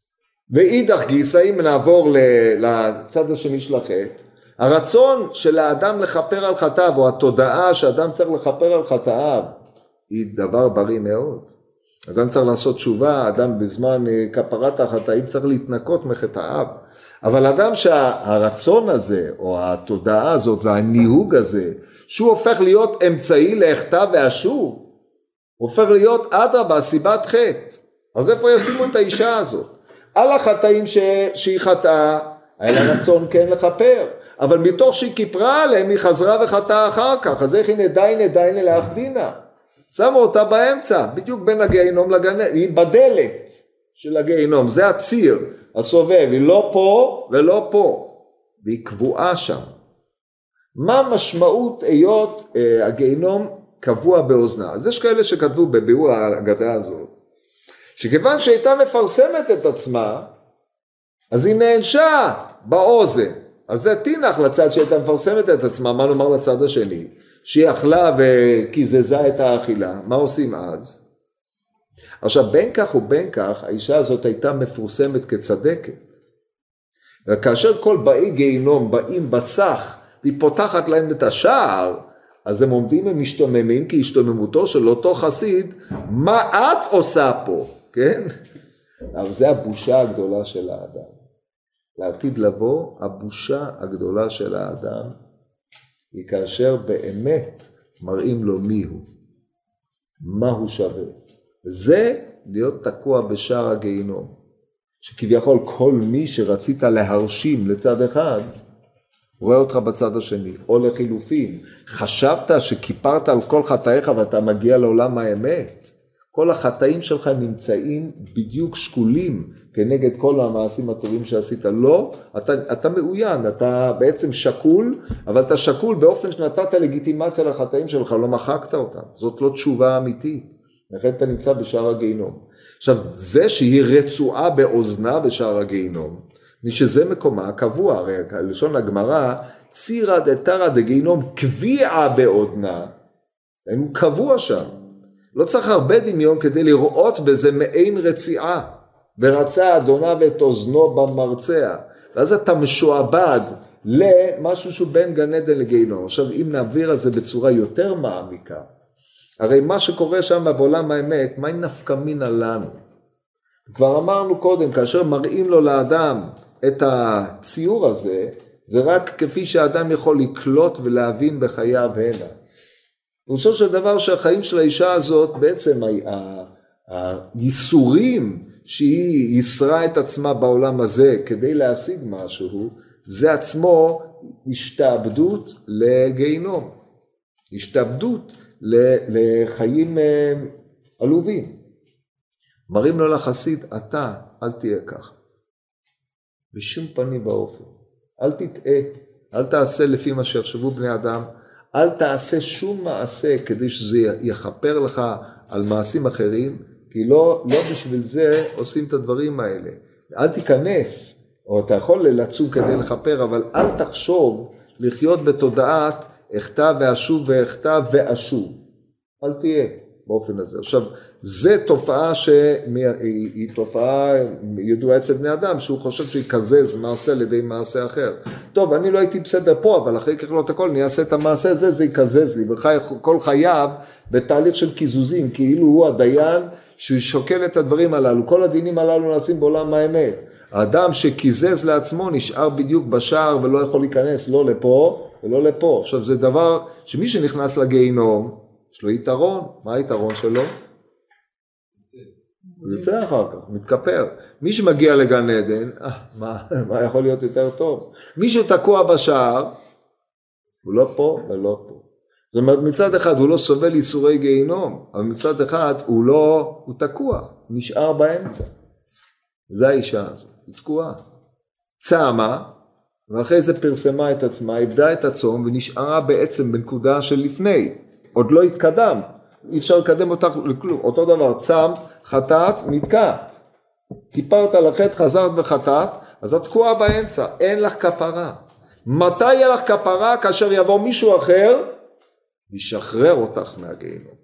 ואידך גיסא, אם נעבור לצד השני של החטא, הרצון של האדם לכפר על חטאיו, או התודעה שאדם צריך לכפר על חטאיו, היא דבר בריא מאוד. אדם צריך לעשות תשובה, אדם בזמן כפרת החטאים צריך להתנקות מחטאיו. אבל אדם שהרצון הזה, או התודעה הזאת והניהוג הזה, שהוא הופך להיות אמצעי להחטא והשוב, הופך להיות אדרבה, סיבת חטא. אז איפה ישימו את האישה הזאת? על החטאים ש... שהיא חטאה, היה לה רצון כן לכפר, אבל מתוך שהיא כיפרה עליהם היא חזרה וחטאה אחר כך, אז איך היא נדיין נדיין אלך דינה? שמו אותה באמצע, בדיוק בין הגיהינום לגן, היא בדלת של הגיהינום, זה הציר הסובב, היא לא פה ולא פה, והיא קבועה שם. מה משמעות היות אה, הגיהינום קבוע באוזנה? אז יש כאלה שכתבו בביאור ההגדה הזאת, שכיוון שהייתה מפרסמת את עצמה, אז היא נענשה באוזן. אז זה תינח לצד שהייתה מפרסמת את עצמה, מה נאמר לצד השני? שהיא אכלה וקיזזה את האכילה, מה עושים אז? עכשיו בין כך ובין כך, האישה הזאת הייתה מפורסמת כצדקת. וכאשר כל באי גיהינום באים בסך, והיא פותחת להם את השער, אז הם עומדים ומשתוממים, כי השתוממותו של אותו חסיד, מה את עושה פה? כן? אבל זה הבושה הגדולה של האדם. לעתיד לבוא, הבושה הגדולה של האדם, היא כאשר באמת מראים לו מי הוא, מה הוא שווה. זה להיות תקוע בשער הגיהינום, שכביכול כל מי שרצית להרשים לצד אחד, רואה אותך בצד השני, או לחילופין, חשבת שכיפרת על כל חטאיך ואתה מגיע לעולם האמת, כל החטאים שלך נמצאים בדיוק שקולים כנגד כל המעשים הטובים שעשית. לא, אתה, אתה מאוין, אתה בעצם שקול, אבל אתה שקול באופן שנתת לגיטימציה לחטאים שלך, לא מחקת אותם. זאת לא תשובה אמיתית. לכן אתה נמצא בשער הגיהינום. עכשיו, זה שהיא רצועה באוזנה בשער הגיהינום, שזה מקומה קבוע, הרי לשון הגמרא, צירא דתרא דגיהינום קביעה באוזנה, הוא קבוע שם. לא צריך הרבה דמיון כדי לראות בזה מעין רציעה, ורצה אדוניו את אוזנו במרצע, ואז אתה משועבד למשהו שהוא בין גן עדן לגיהינום. עכשיו אם נעביר על זה בצורה יותר מעמיקה, הרי מה שקורה שם בעולם האמת, מה נפקא מינה לנו? כבר אמרנו קודם, כאשר מראים לו לאדם את הציור הזה, זה רק כפי שהאדם יכול לקלוט ולהבין בחייו הנה. פירושו של דבר שהחיים של האישה הזאת, בעצם הייסורים שהיא יסרה את עצמה בעולם הזה כדי להשיג משהו, זה עצמו השתעבדות לגיהינום, השתעבדות לחיים עלובים. מראים לו לחסיד, אתה אל תהיה כך, בשום פנים באופן, אל תטעה, אל תעשה לפי מה שיחשבו בני אדם, אל תעשה שום מעשה כדי שזה יכפר לך על מעשים אחרים, כי לא, לא בשביל זה עושים את הדברים האלה. אל תיכנס, או אתה יכול לצום כדי לכפר, אבל אל תחשוב לחיות בתודעת אחטא ואשוב ואחטא ואשוב. אל תהיה באופן הזה. עכשיו, זה תופעה שהיא תופעה ידועה אצל בני אדם, שהוא חושב שיקזז מעשה על ידי מעשה אחר. טוב, אני לא הייתי בסדר פה, אבל אחרי כך לא את הכל, אני אעשה את המעשה הזה, זה יקזז לי. וכל חייו בתהליך של קיזוזים, כאילו הוא הדיין שהוא שוקל את הדברים הללו. כל הדינים הללו נעשים בעולם האמת. האדם שקיזז לעצמו נשאר בדיוק בשער ולא יכול להיכנס לא לפה ולא לפה. עכשיו, זה דבר שמי שנכנס לגיהינום, יש לו יתרון. מה היתרון שלו? הוא יוצא אחר כך, מתכפר. מי שמגיע לגן עדן, אה, מה, מה יכול להיות יותר טוב? מי שתקוע בשער, הוא לא פה ולא פה. זאת אומרת, מצד אחד הוא לא סובל ייסורי גיהינום, אבל מצד אחד הוא לא, הוא תקוע, נשאר באמצע. זה האישה הזו, היא תקועה. צמה, ואחרי זה פרסמה את עצמה, איבדה את הצום, ונשארה בעצם בנקודה של לפני. עוד לא התקדם, אי אפשר לקדם אותך לכלום. אותו דבר, צם, חטאת, נתקעת. כיפרת על החטא, חזרת בחטאת, אז את תקועה באמצע, אין לך כפרה. מתי יהיה לך כפרה? כאשר יבוא מישהו אחר, ישחרר אותך מהגיהינום.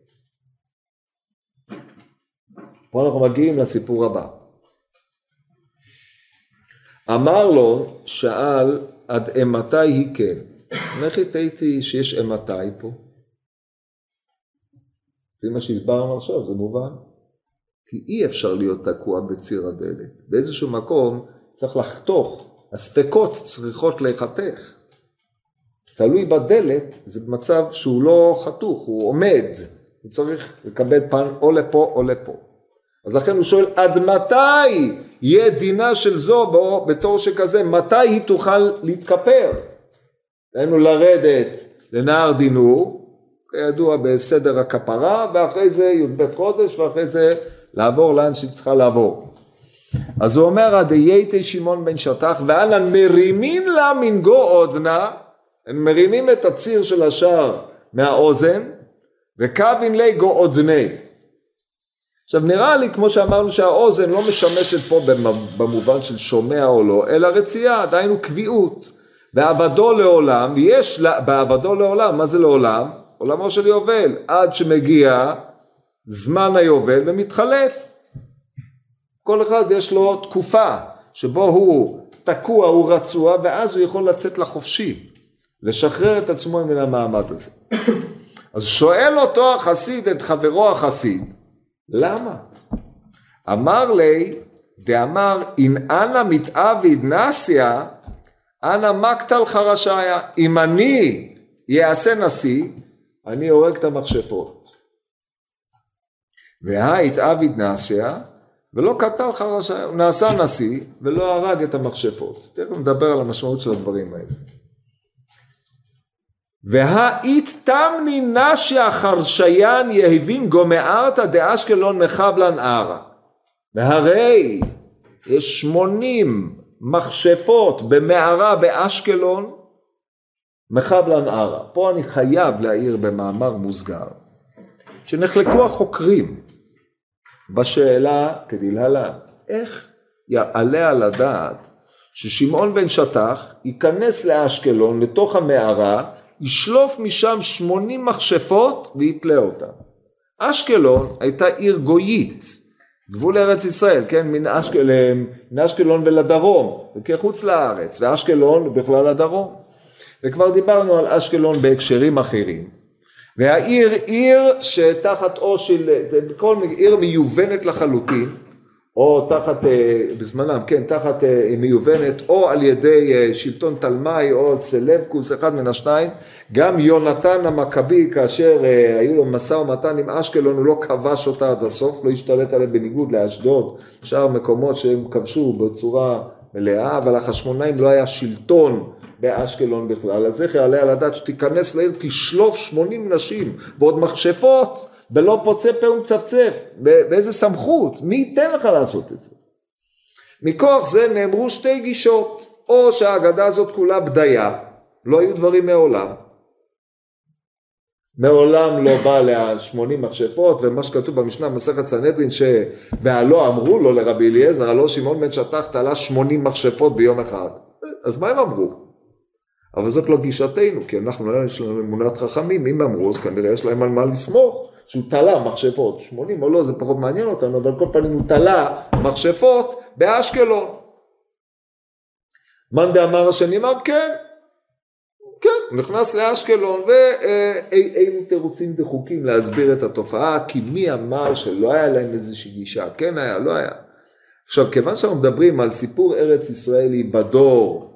פה אנחנו מגיעים לסיפור הבא. אמר לו, שאל, עד אמתי היא כן. איך התהיתי שיש אמתי פה? זה מה שהסברנו עכשיו, זה מובן. כי אי אפשר להיות תקוע בציר הדלת. באיזשהו מקום צריך לחתוך, הספקות צריכות להיחתך. תלוי בדלת, זה מצב שהוא לא חתוך, הוא עומד. הוא צריך לקבל פן או לפה או לפה. אז לכן הוא שואל, עד מתי יהיה דינה של זו בו, בתור שכזה, מתי היא תוכל להתכפר? היינו לרדת לנהר דינור, כידוע בסדר הכפרה, ואחרי זה י"ב חודש, ואחרי זה לעבור לאן שהיא צריכה לעבור. אז הוא אומר, עד יייתי שמעון בן שטח, ואנן מרימים לה מנגו עודנה, הם מרימים את הציר של השער מהאוזן, וקווין לי גו עודני. עכשיו נראה לי כמו שאמרנו שהאוזן לא משמשת פה במובן של שומע או לא, אלא רצייה, עדיין הוא קביעות. בעבדו לעולם, יש בעבדו לעולם, מה זה לעולם? עולמו של יובל, עד שמגיע זמן היובל ומתחלף. כל אחד יש לו תקופה שבו הוא תקוע, הוא רצוע, ואז הוא יכול לצאת לחופשי, לשחרר את עצמו מן המעמד הזה. אז שואל אותו החסיד את חברו החסיד, למה? אמר לי, דאמר, אם אנא מתעביד נסיה, אנא מקטל חרשיה, אם אני יעשה נשיא, אני הורג את המכשפות. והתעביד נסיה, ולא קטל חרשיה, הוא נעשה נשיא, ולא הרג את המכשפות. תכף נדבר על המשמעות של הדברים האלה. והאית תמני נשיה חרשיין יהבין גומארתא דאשקלון מחבלן ערה. והרי יש שמונים מכשפות במערה באשקלון מחבלן ערה. פה אני חייב להעיר במאמר מוסגר שנחלקו החוקרים בשאלה כדלהלן, איך יעלה על הדעת ששמעון בן שטח ייכנס לאשקלון לתוך המערה, ישלוף משם שמונים מכשפות ויפלה אותה. אשקלון הייתה עיר גויית, גבול ארץ ישראל, כן, מן אשקלון, מן אשקלון ולדרום, וכחוץ לארץ, ואשקלון בכלל לדרום. וכבר דיברנו על אשקלון בהקשרים אחרים. והעיר עיר שתחת או של, כל עיר מיובנת לחלוטין, או תחת, בזמנם, כן, תחת מיובנת, או על ידי שלטון תלמי, או סלבקוס, אחד מן השניים. גם יונתן המכבי, כאשר היו לו מסע ומתן עם אשקלון, הוא לא כבש אותה עד הסוף, לא השתלט עליה בניגוד לאשדוד, שאר מקומות שהם כבשו בצורה מלאה, אבל החשמונאים לא היה שלטון באשקלון בכלל. אז איך יעלה על הדעת שתיכנס לעיר, תשלוף שמונים נשים, ועוד מכשפות, בלא פוצה פה ומצפצף, באיזה סמכות? מי ייתן לך לעשות את זה? מכוח זה נאמרו שתי גישות, או שהאגדה הזאת כולה בדיה, לא היו דברים מעולם, מעולם לא בא ל-שמונים מכשפות, ומה שכתוב במשנה מסכת סנהדרין, שבעלו אמרו לו לרבי אליעזר, הלא שמעון בן שטח תלה שמונים מכשפות ביום אחד, אז מה הם אמרו? אבל זאת לא גישתנו, כי אנחנו יש לנו אמונת חכמים, אם אמרו, אז כנראה יש להם על מה לסמוך, שהוא תלה מכשפות, שמונים או לא, זה פחות מעניין אותנו, אבל כל פעמים הוא תלה מכשפות באשקלון. מאן דאמר השני אמר, כן, כן, נכנס לאשקלון, ואילו תירוצים דחוקים להסביר את התופעה, כי מי אמר שלא היה להם איזושהי גישה, כן היה, לא היה. עכשיו, כיוון שאנחנו מדברים על סיפור ארץ ישראלי בדור,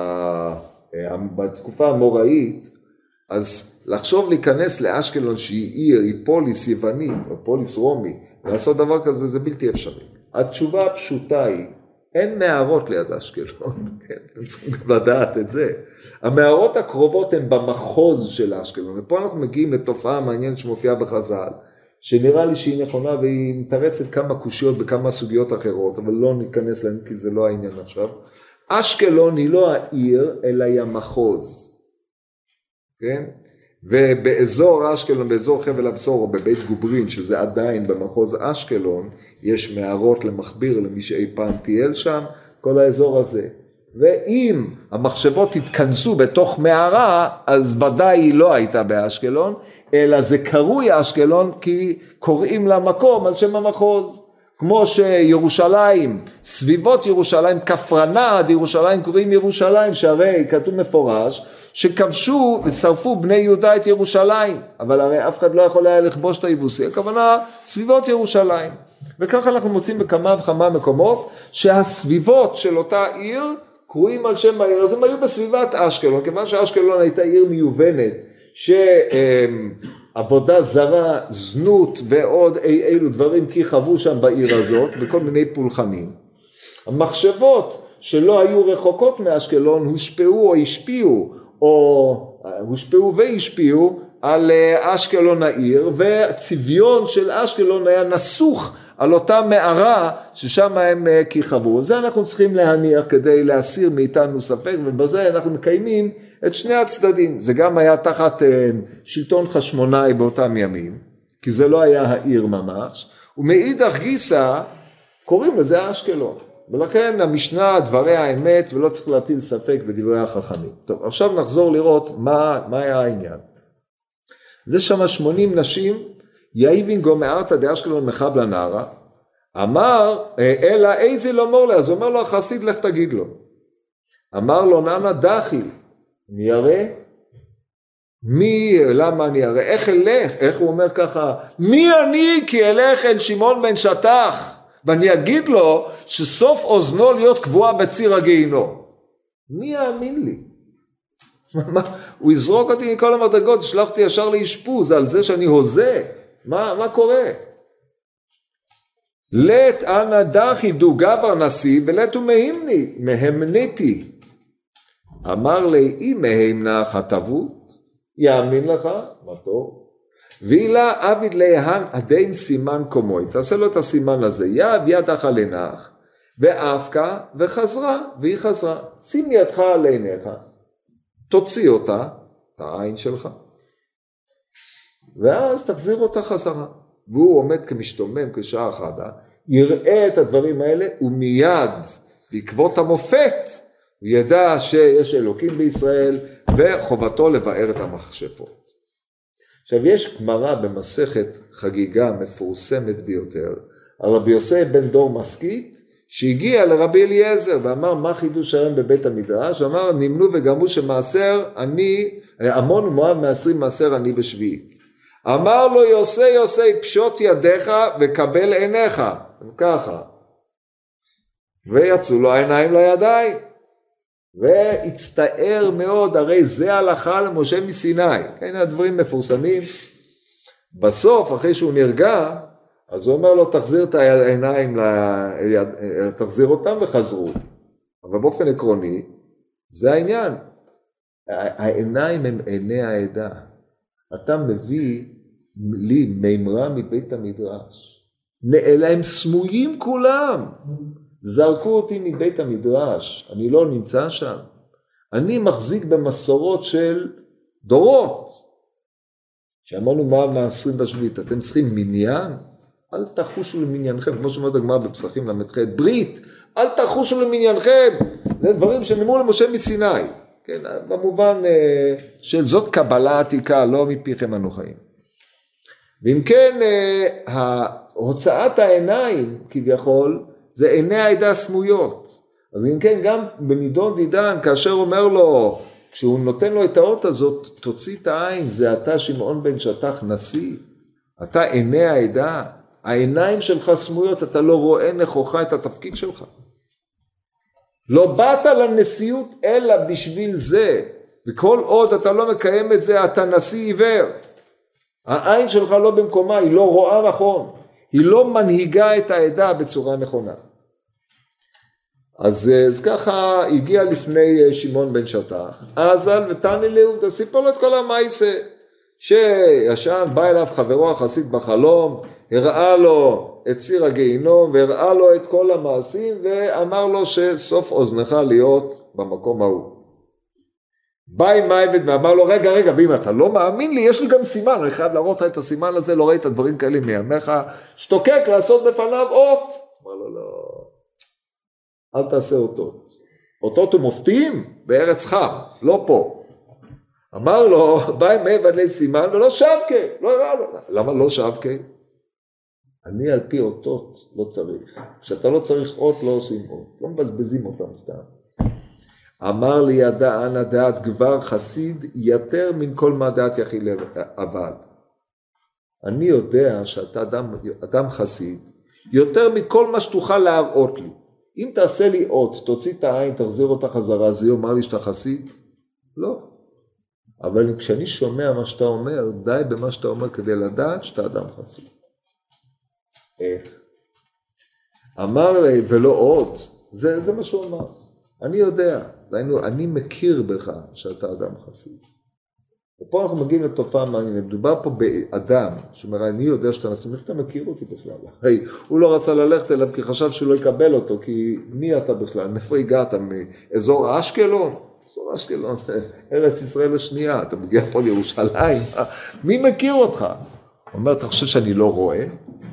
בתקופה המוראית, אז לחשוב להיכנס לאשקלון שהיא עיר, היא פוליס יוונית או פוליס רומי, לעשות דבר כזה זה בלתי אפשרי. התשובה הפשוטה היא, אין מערות ליד אשקלון, כן, אתם צריכים גם לדעת את זה. המערות הקרובות הן במחוז של אשקלון, ופה אנחנו מגיעים לתופעה מעניינת שמופיעה בחז"ל, שנראה לי שהיא נכונה והיא מתרצת כמה קושיות בכמה סוגיות אחרות, אבל לא ניכנס להן כי זה לא העניין עכשיו. אשקלון היא לא העיר, אלא היא המחוז. כן? ובאזור אשקלון, באזור חבל הבשור או בבית גוברין, שזה עדיין במחוז אשקלון, יש מערות למכביר למי שאי פעם טייל שם, כל האזור הזה. ואם המחשבות התכנסו בתוך מערה, אז ודאי היא לא הייתה באשקלון, אלא זה קרוי אשקלון כי קוראים לה מקום על שם המחוז. כמו שירושלים, סביבות ירושלים, כפרנד, ירושלים קוראים ירושלים, שהרי כתוב מפורש, שכבשו ושרפו בני יהודה את ירושלים, אבל הרי אף אחד לא יכול היה לכבוש את היבוסי, הכוונה סביבות ירושלים. וככה אנחנו מוצאים בכמה וכמה מקומות, שהסביבות של אותה עיר, קרואים על שם העיר, אז הם היו בסביבת אשקלון, כיוון שאשקלון הייתה עיר מיובנת, שעבודה זרה, זנות ועוד אי אילו דברים כי חוו שם בעיר הזאת, בכל מיני פולחנים. המחשבות שלא היו רחוקות מאשקלון, הושפעו או השפיעו, או הושפעו והשפיעו על אשקלון העיר, והצביון של אשקלון היה נסוך על אותה מערה ששם הם כיכבו. זה אנחנו צריכים להניח כדי להסיר מאיתנו ספק, ובזה אנחנו מקיימים את שני הצדדים. זה גם היה תחת שלטון חשמונאי באותם ימים, כי זה לא היה העיר ממש, ומאידך גיסא קוראים לזה אשקלון. ולכן המשנה דברי האמת, ולא צריך להטיל ספק בדברי החכמים. טוב, עכשיו נחזור לראות מה, מה היה העניין. זה שם שמונים נשים, יאיבין גומארתא דאשקלון מחב לנערה, אמר, אלא איזה לא מור לה, אז הוא אומר לו, החסיד לך תגיד לו. אמר לו, נענה דחיל, אני אראה? מי, למה אני אראה? איך אלך? איך הוא אומר ככה? מי אני כי אלך אל שמעון בן שטח? ואני אגיד לו שסוף אוזנו להיות קבועה בציר הגיהינום. מי יאמין לי? מה, הוא יזרוק אותי מכל המדרגות, שלח אותי ישר לאשפוז על זה שאני הוזה. מה, מה קורה? לית אנא דחי דו גבר נשיא ולית הוא מהמני, מהמניתי. אמר לי, אם מהמנה חטבות, יאמין לך, מה טוב. ואילה אביד להן עדיין סימן קומוי, תעשה לו את הסימן הזה, יב ידך על עינך, ואפקה וחזרה, והיא חזרה. שים ידך על עיניך, תוציא אותה, את העין שלך, ואז תחזיר אותה חזרה. והוא עומד כמשתומם כשעה אחדה, יראה את הדברים האלה, ומיד בעקבות המופת, הוא ידע שיש אלוקים בישראל, וחובתו לבאר את המכשפות. עכשיו יש גמרא במסכת חגיגה מפורסמת ביותר, על רבי יוסף בן דור מסכית, שהגיע לרבי אליעזר ואמר מה חידוש היום בבית המדרש, ואמר נמנו וגרמו שמעשר אני, המון ומואב מעשרים מעשר אני בשביעית. אמר לו יוסי יוסי פשוט ידיך וקבל עיניך, ככה, ויצאו לו העיניים לידיים, והצטער מאוד, הרי זה הלכה למשה מסיני, כן, הדברים מפורסמים. בסוף אחרי שהוא נרגע, אז הוא אומר לו תחזיר את העיניים, תחזיר אותם וחזרו. אבל באופן עקרוני זה העניין, העיניים הם עיני העדה. אתה מביא לי מימרה מבית המדרש, אלה הם סמויים כולם, זרקו אותי מבית המדרש, אני לא נמצא שם, אני מחזיק במסורות של דורות, שאמרנו מה מעשרים בשביעית, אתם צריכים מניין, אל תחושו למניינכם, כמו שאומרת הגמרא בפסחים למ"ח, ברית, אל תחושו למניינכם, זה דברים שנאמרו למשה מסיני, כן, במובן של זאת קבלה עתיקה, לא מפיכם אנו חיים. ואם כן, הוצאת העיניים כביכול, זה עיני העדה סמויות. אז אם כן, גם בנידון דידן, כאשר אומר לו, כשהוא נותן לו את האות הזאת, תוציא את העין, זה אתה שמעון בן שטח נשיא, אתה עיני העדה, העיניים שלך סמויות, אתה לא רואה נכוחה את התפקיד שלך. לא באת לנשיאות אלא בשביל זה, וכל עוד אתה לא מקיים את זה, אתה נשיא עיוור. העין שלך לא במקומה, היא לא רואה נכון, היא לא מנהיגה את העדה בצורה נכונה. אז, אז ככה הגיע לפני שמעון בן שטח, אזל ותני לו, סיפור לו את כל המעשה, שישן בא אליו חברו החסיד בחלום, הראה לו את ציר הגיהינום, והראה לו את כל המעשים, ואמר לו שסוף אוזנך להיות במקום ההוא. בא עם העבד ואמר לו, רגע, רגע, ואם אתה לא מאמין לי, יש לי גם סימן, אני חייב להראות את הסימן הזה, לא ראית דברים כאלה מימיך, שתוקק לעשות בפניו אות. אמר לו, לא, אל תעשה אותות. אותות ומופתים בארץ חם, לא פה. אמר לו, בא עם העבד לסימן, ולא שבקה, לא הראה לו. למה לא שבקה? אני על פי אותות לא צריך. כשאתה לא צריך אות, לא עושים אות. לא מבזבזים אותם סתם. אמר לי ידע אנא דעת גבר חסיד יותר מן כל מה דעת יחיד עבד. אני יודע שאתה אדם, אדם חסיד יותר מכל מה שתוכל להראות לי. אם תעשה לי אות, תוציא את העין, תחזיר אותה חזרה, זה יאמר לי שאתה חסיד? לא. אבל כשאני שומע מה שאתה אומר, די במה שאתה אומר כדי לדעת שאתה אדם חסיד. איך? אמר לי ולא אות, זה, זה מה שהוא אמר. אני יודע, דיינו, אני מכיר בך שאתה אדם חסיד. ופה אנחנו מגיעים לתופעה מעניינת, מדובר פה באדם, שאומר, אני יודע שאתה נשיא, איך אתה מכיר אותי בכלל? היי, הוא לא רצה ללכת אליו כי חשב שלא יקבל אותו, כי מי אתה בכלל? מאיפה הגעת? מאזור אשקלון? אזור אשקלון, ארץ ישראל השנייה, אתה מגיע פה לירושלים, מי מכיר אותך? הוא אומר, אתה חושב שאני לא רואה?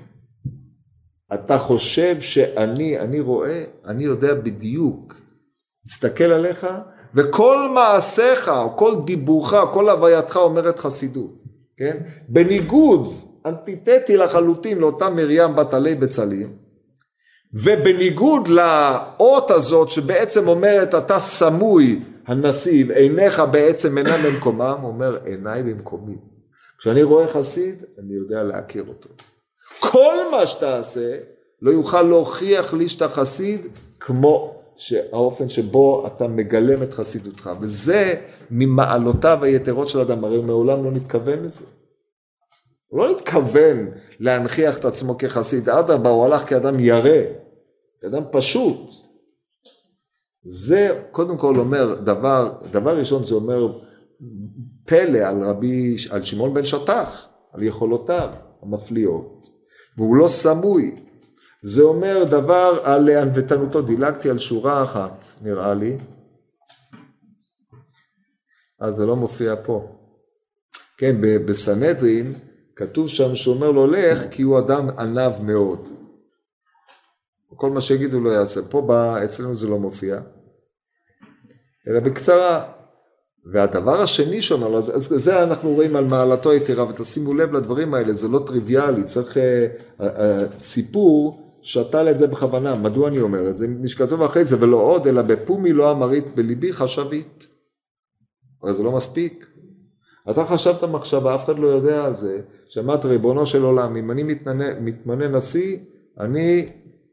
אתה חושב שאני, אני רואה, אני יודע בדיוק, מסתכל עליך, וכל מעשיך, או כל דיבורך, או כל הווייתך אומרת חסידות, כן? בניגוד, אנטיתטי לחלוטין לאותה מרים בת עלי בצלים, ובניגוד לאות הזאת שבעצם אומרת, אתה סמוי הנשיא, עיניך בעצם אינם במקומם, אומר, עיניי במקומי. כשאני רואה חסיד, אני יודע להכיר אותו. כל מה שתעשה, לא יוכל להוכיח לי שאתה חסיד, כמו האופן שבו אתה מגלם את חסידותך, וזה ממעלותיו היתרות של אדם, הרי מעולם לא נתכוון לזה. הוא לא נתכוון להנחיח את עצמו כחסיד, אדרבה, הוא הלך כאדם ירא, כאדם פשוט. זה קודם כל אומר, דבר, דבר ראשון זה אומר פלא על רבי, על שמעון בן שטח, על יכולותיו המפליאות, והוא לא סמוי. זה אומר דבר על ענוותנותו, דילגתי על שורה אחת, נראה לי. אז זה לא מופיע פה. כן, בסנהדרין כתוב שם שאומר לו לך, כי הוא אדם ענב מאוד. כל מה שיגידו לו יעשה. פה אצלנו זה לא מופיע. אלא בקצרה. והדבר השני שאומר לו, אז זה אנחנו רואים על מעלתו היתרה, ותשימו לב לדברים האלה, זה לא טריוויאלי, צריך סיפור, שתל את זה בכוונה. מדוע אני אומר את זה? נשכתוב אחרי זה, ולא עוד, אלא בפומי לא אמרית, בליבי חשבית. אבל זה לא מספיק. אתה חשבת מחשבה, אף אחד לא יודע על זה, שאמרת ריבונו של עולם, אם אני מתמנה, מתמנה נשיא, אני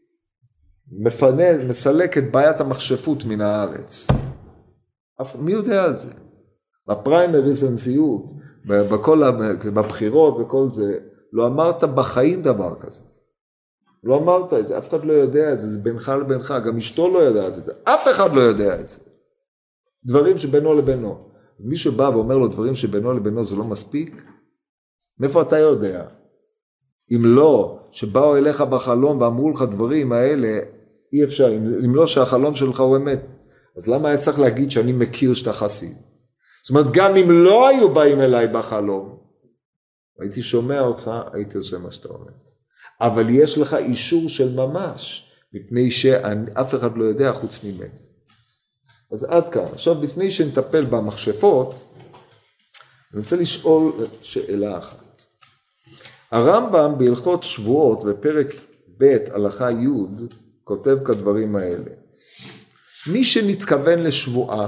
מפנה, מסלק את בעיית המחשפות מן הארץ. מי יודע על זה? בפריימריז הנשיאות, בכל, בבחירות וכל זה, לא אמרת בחיים דבר כזה. לא אמרת את זה, אף אחד לא יודע את זה, זה בינך לבינך, גם אשתו לא יודעת את זה, אף אחד לא יודע את זה. דברים שבינו לבינו. אז מי שבא ואומר לו דברים שבינו לבינו זה לא מספיק, מאיפה אתה יודע? אם לא, שבאו אליך בחלום ואמרו לך דברים האלה, אי אפשר, אם לא שהחלום שלך הוא אמת. אז למה היה צריך להגיד שאני מכיר שאתה חסיד? זאת אומרת, גם אם לא היו באים אליי בחלום, הייתי שומע אותך, הייתי עושה מה שאתה אומר. אבל יש לך אישור של ממש, מפני שאף אחד לא יודע חוץ ממני. אז עד כאן. עכשיו, לפני שנטפל במחשפות, אני רוצה לשאול שאלה אחת. הרמב"ם בהלכות שבועות, בפרק ב' הלכה י', כותב כדברים האלה. מי שנתכוון לשבועה,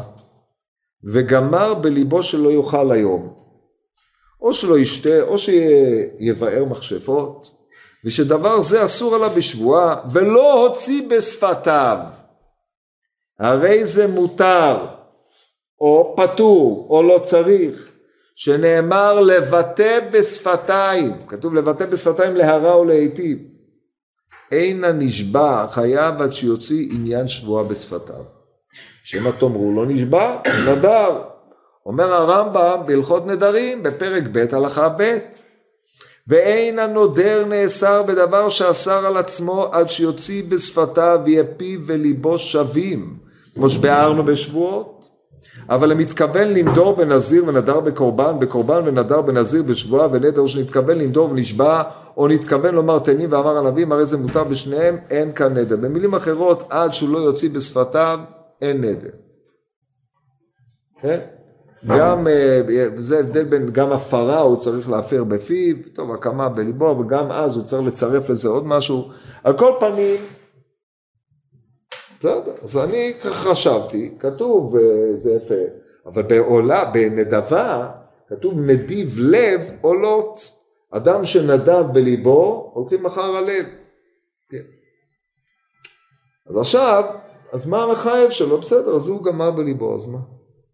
וגמר בליבו שלא יאכל היום, או שלא ישתה, או שיבאר מכשפות, ושדבר זה אסור עליו בשבועה, ולא הוציא בשפתיו, הרי זה מותר, או פטור, או לא צריך, שנאמר לבטא בשפתיים, כתוב לבטא בשפתיים להרע או להיטיב, אין הנשבע חייב עד שיוציא עניין שבועה בשפתיו. שמה תאמרו לא נשבע, נדר. אומר הרמב"ם בהלכות נדרים בפרק ב' הלכה ב', ואין הנודר נאסר בדבר שאסר על עצמו עד שיוציא בשפתיו ויהיה פיו וליבו שווים, כמו שבארנו בשבועות. אבל הם מתכוון לנדור בנזיר ונדר בקורבן, בקורבן ונדר בנזיר בשבועה ונדר שנתכוון לנדור ונשבע, או נתכוון לומר תנים ואמר הנביא, הרי זה מותר בשניהם, אין כאן נדר. במילים אחרות, עד שהוא לא יוציא בשפתיו, אין נדר. כן? גם, זה הבדל בין גם הפרה הוא צריך להפר בפיו, טוב, הקמה בליבו, וגם אז הוא צריך לצרף לזה עוד משהו. על כל פנים, בסדר, אז אני ככה חשבתי, כתוב, זה יפה, אבל בעולה, בנדבה, כתוב נדיב לב עולות, אדם שנדב בליבו, הולכים אחר הלב. כן. אז עכשיו, אז מה המחייב שלו? בסדר, אז הוא גמר בליבו, אז מה?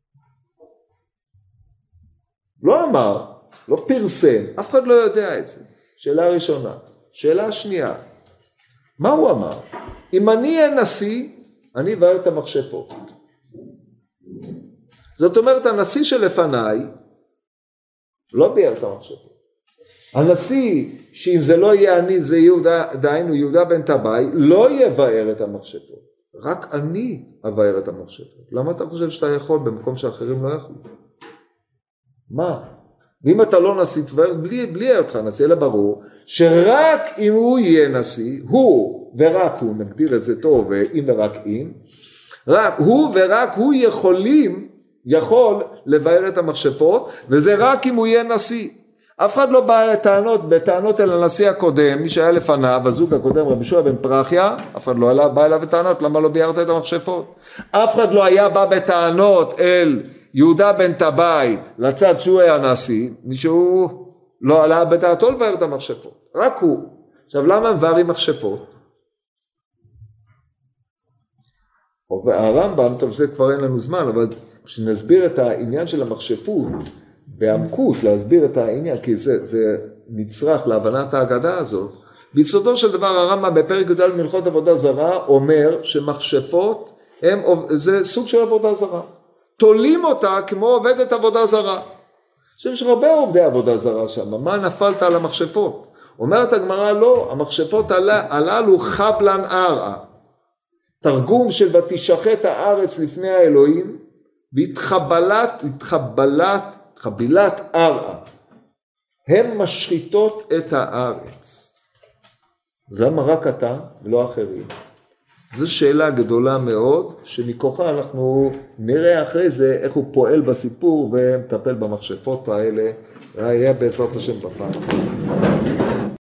לא אמר, לא פרסם, אף אחד לא יודע את זה. שאלה ראשונה. שאלה שנייה, מה הוא אמר? אם אני אהיה נשיא, אני אבאר את המכשפות. זאת אומרת, הנשיא שלפניי, לא ביאר את המכשפות. הנשיא, שאם זה לא יהיה אני, זה יהודה, דהיינו יהודה בן טבעי, לא יבאר את המכשפות. רק אני אבאר את המכשפות. למה אתה חושב שאתה יכול במקום שאחרים לא יכולו? מה? ואם אתה לא נשיא, תבאר בלי, בלי היותך נשיא, אלא ברור, שרק אם הוא יהיה נשיא, הוא ורק הוא, נגדיר את זה טוב, אם ורק אם, רק הוא ורק הוא יכולים, יכול לבאר את המכשפות, וזה רק אם הוא יהיה נשיא. אף אחד לא בא לטענות, בטענות אל הנשיא הקודם, מי שהיה לפניו, הזוג הקודם, רבי יהושע בן פרחיה, אף אחד לא בא אליו בטענות, למה לא ביארת את המכשפות? אף אחד לא היה בא בטענות אל יהודה בן טבעי, לצד שהוא היה נשיא, מישהו לא עלה בדעתו לבאר את המכשפות, רק הוא. עכשיו למה מבארים מכשפות? הרמב"ם, טוב זה כבר אין לנו זמן, אבל כשנסביר את העניין של המכשפות, בעמקות להסביר את העניין, כי זה, זה נצרך להבנת ההגדה הזאת, ביסודו של דבר הרמב"ם בפרק י"ד מלכות עבודה זרה, אומר שמכשפות הם, זה סוג של עבודה זרה. תולים אותה כמו עובדת עבודה זרה. עכשיו יש הרבה עובדי עבודה זרה שם, מה נפלת על המכשפות? אומרת הגמרא לא, המכשפות הללו חבלן ארעה. תרגום של ותשחט הארץ לפני האלוהים, והתחבלת, התחבלת, חבילת ארעה. הן משחיתות את הארץ. אז למה רק אתה ולא אחרים? זו שאלה גדולה מאוד, שמכוחה אנחנו נראה אחרי זה איך הוא פועל בסיפור ומטפל במכשפות האלה, היה בעזרת השם בפעם.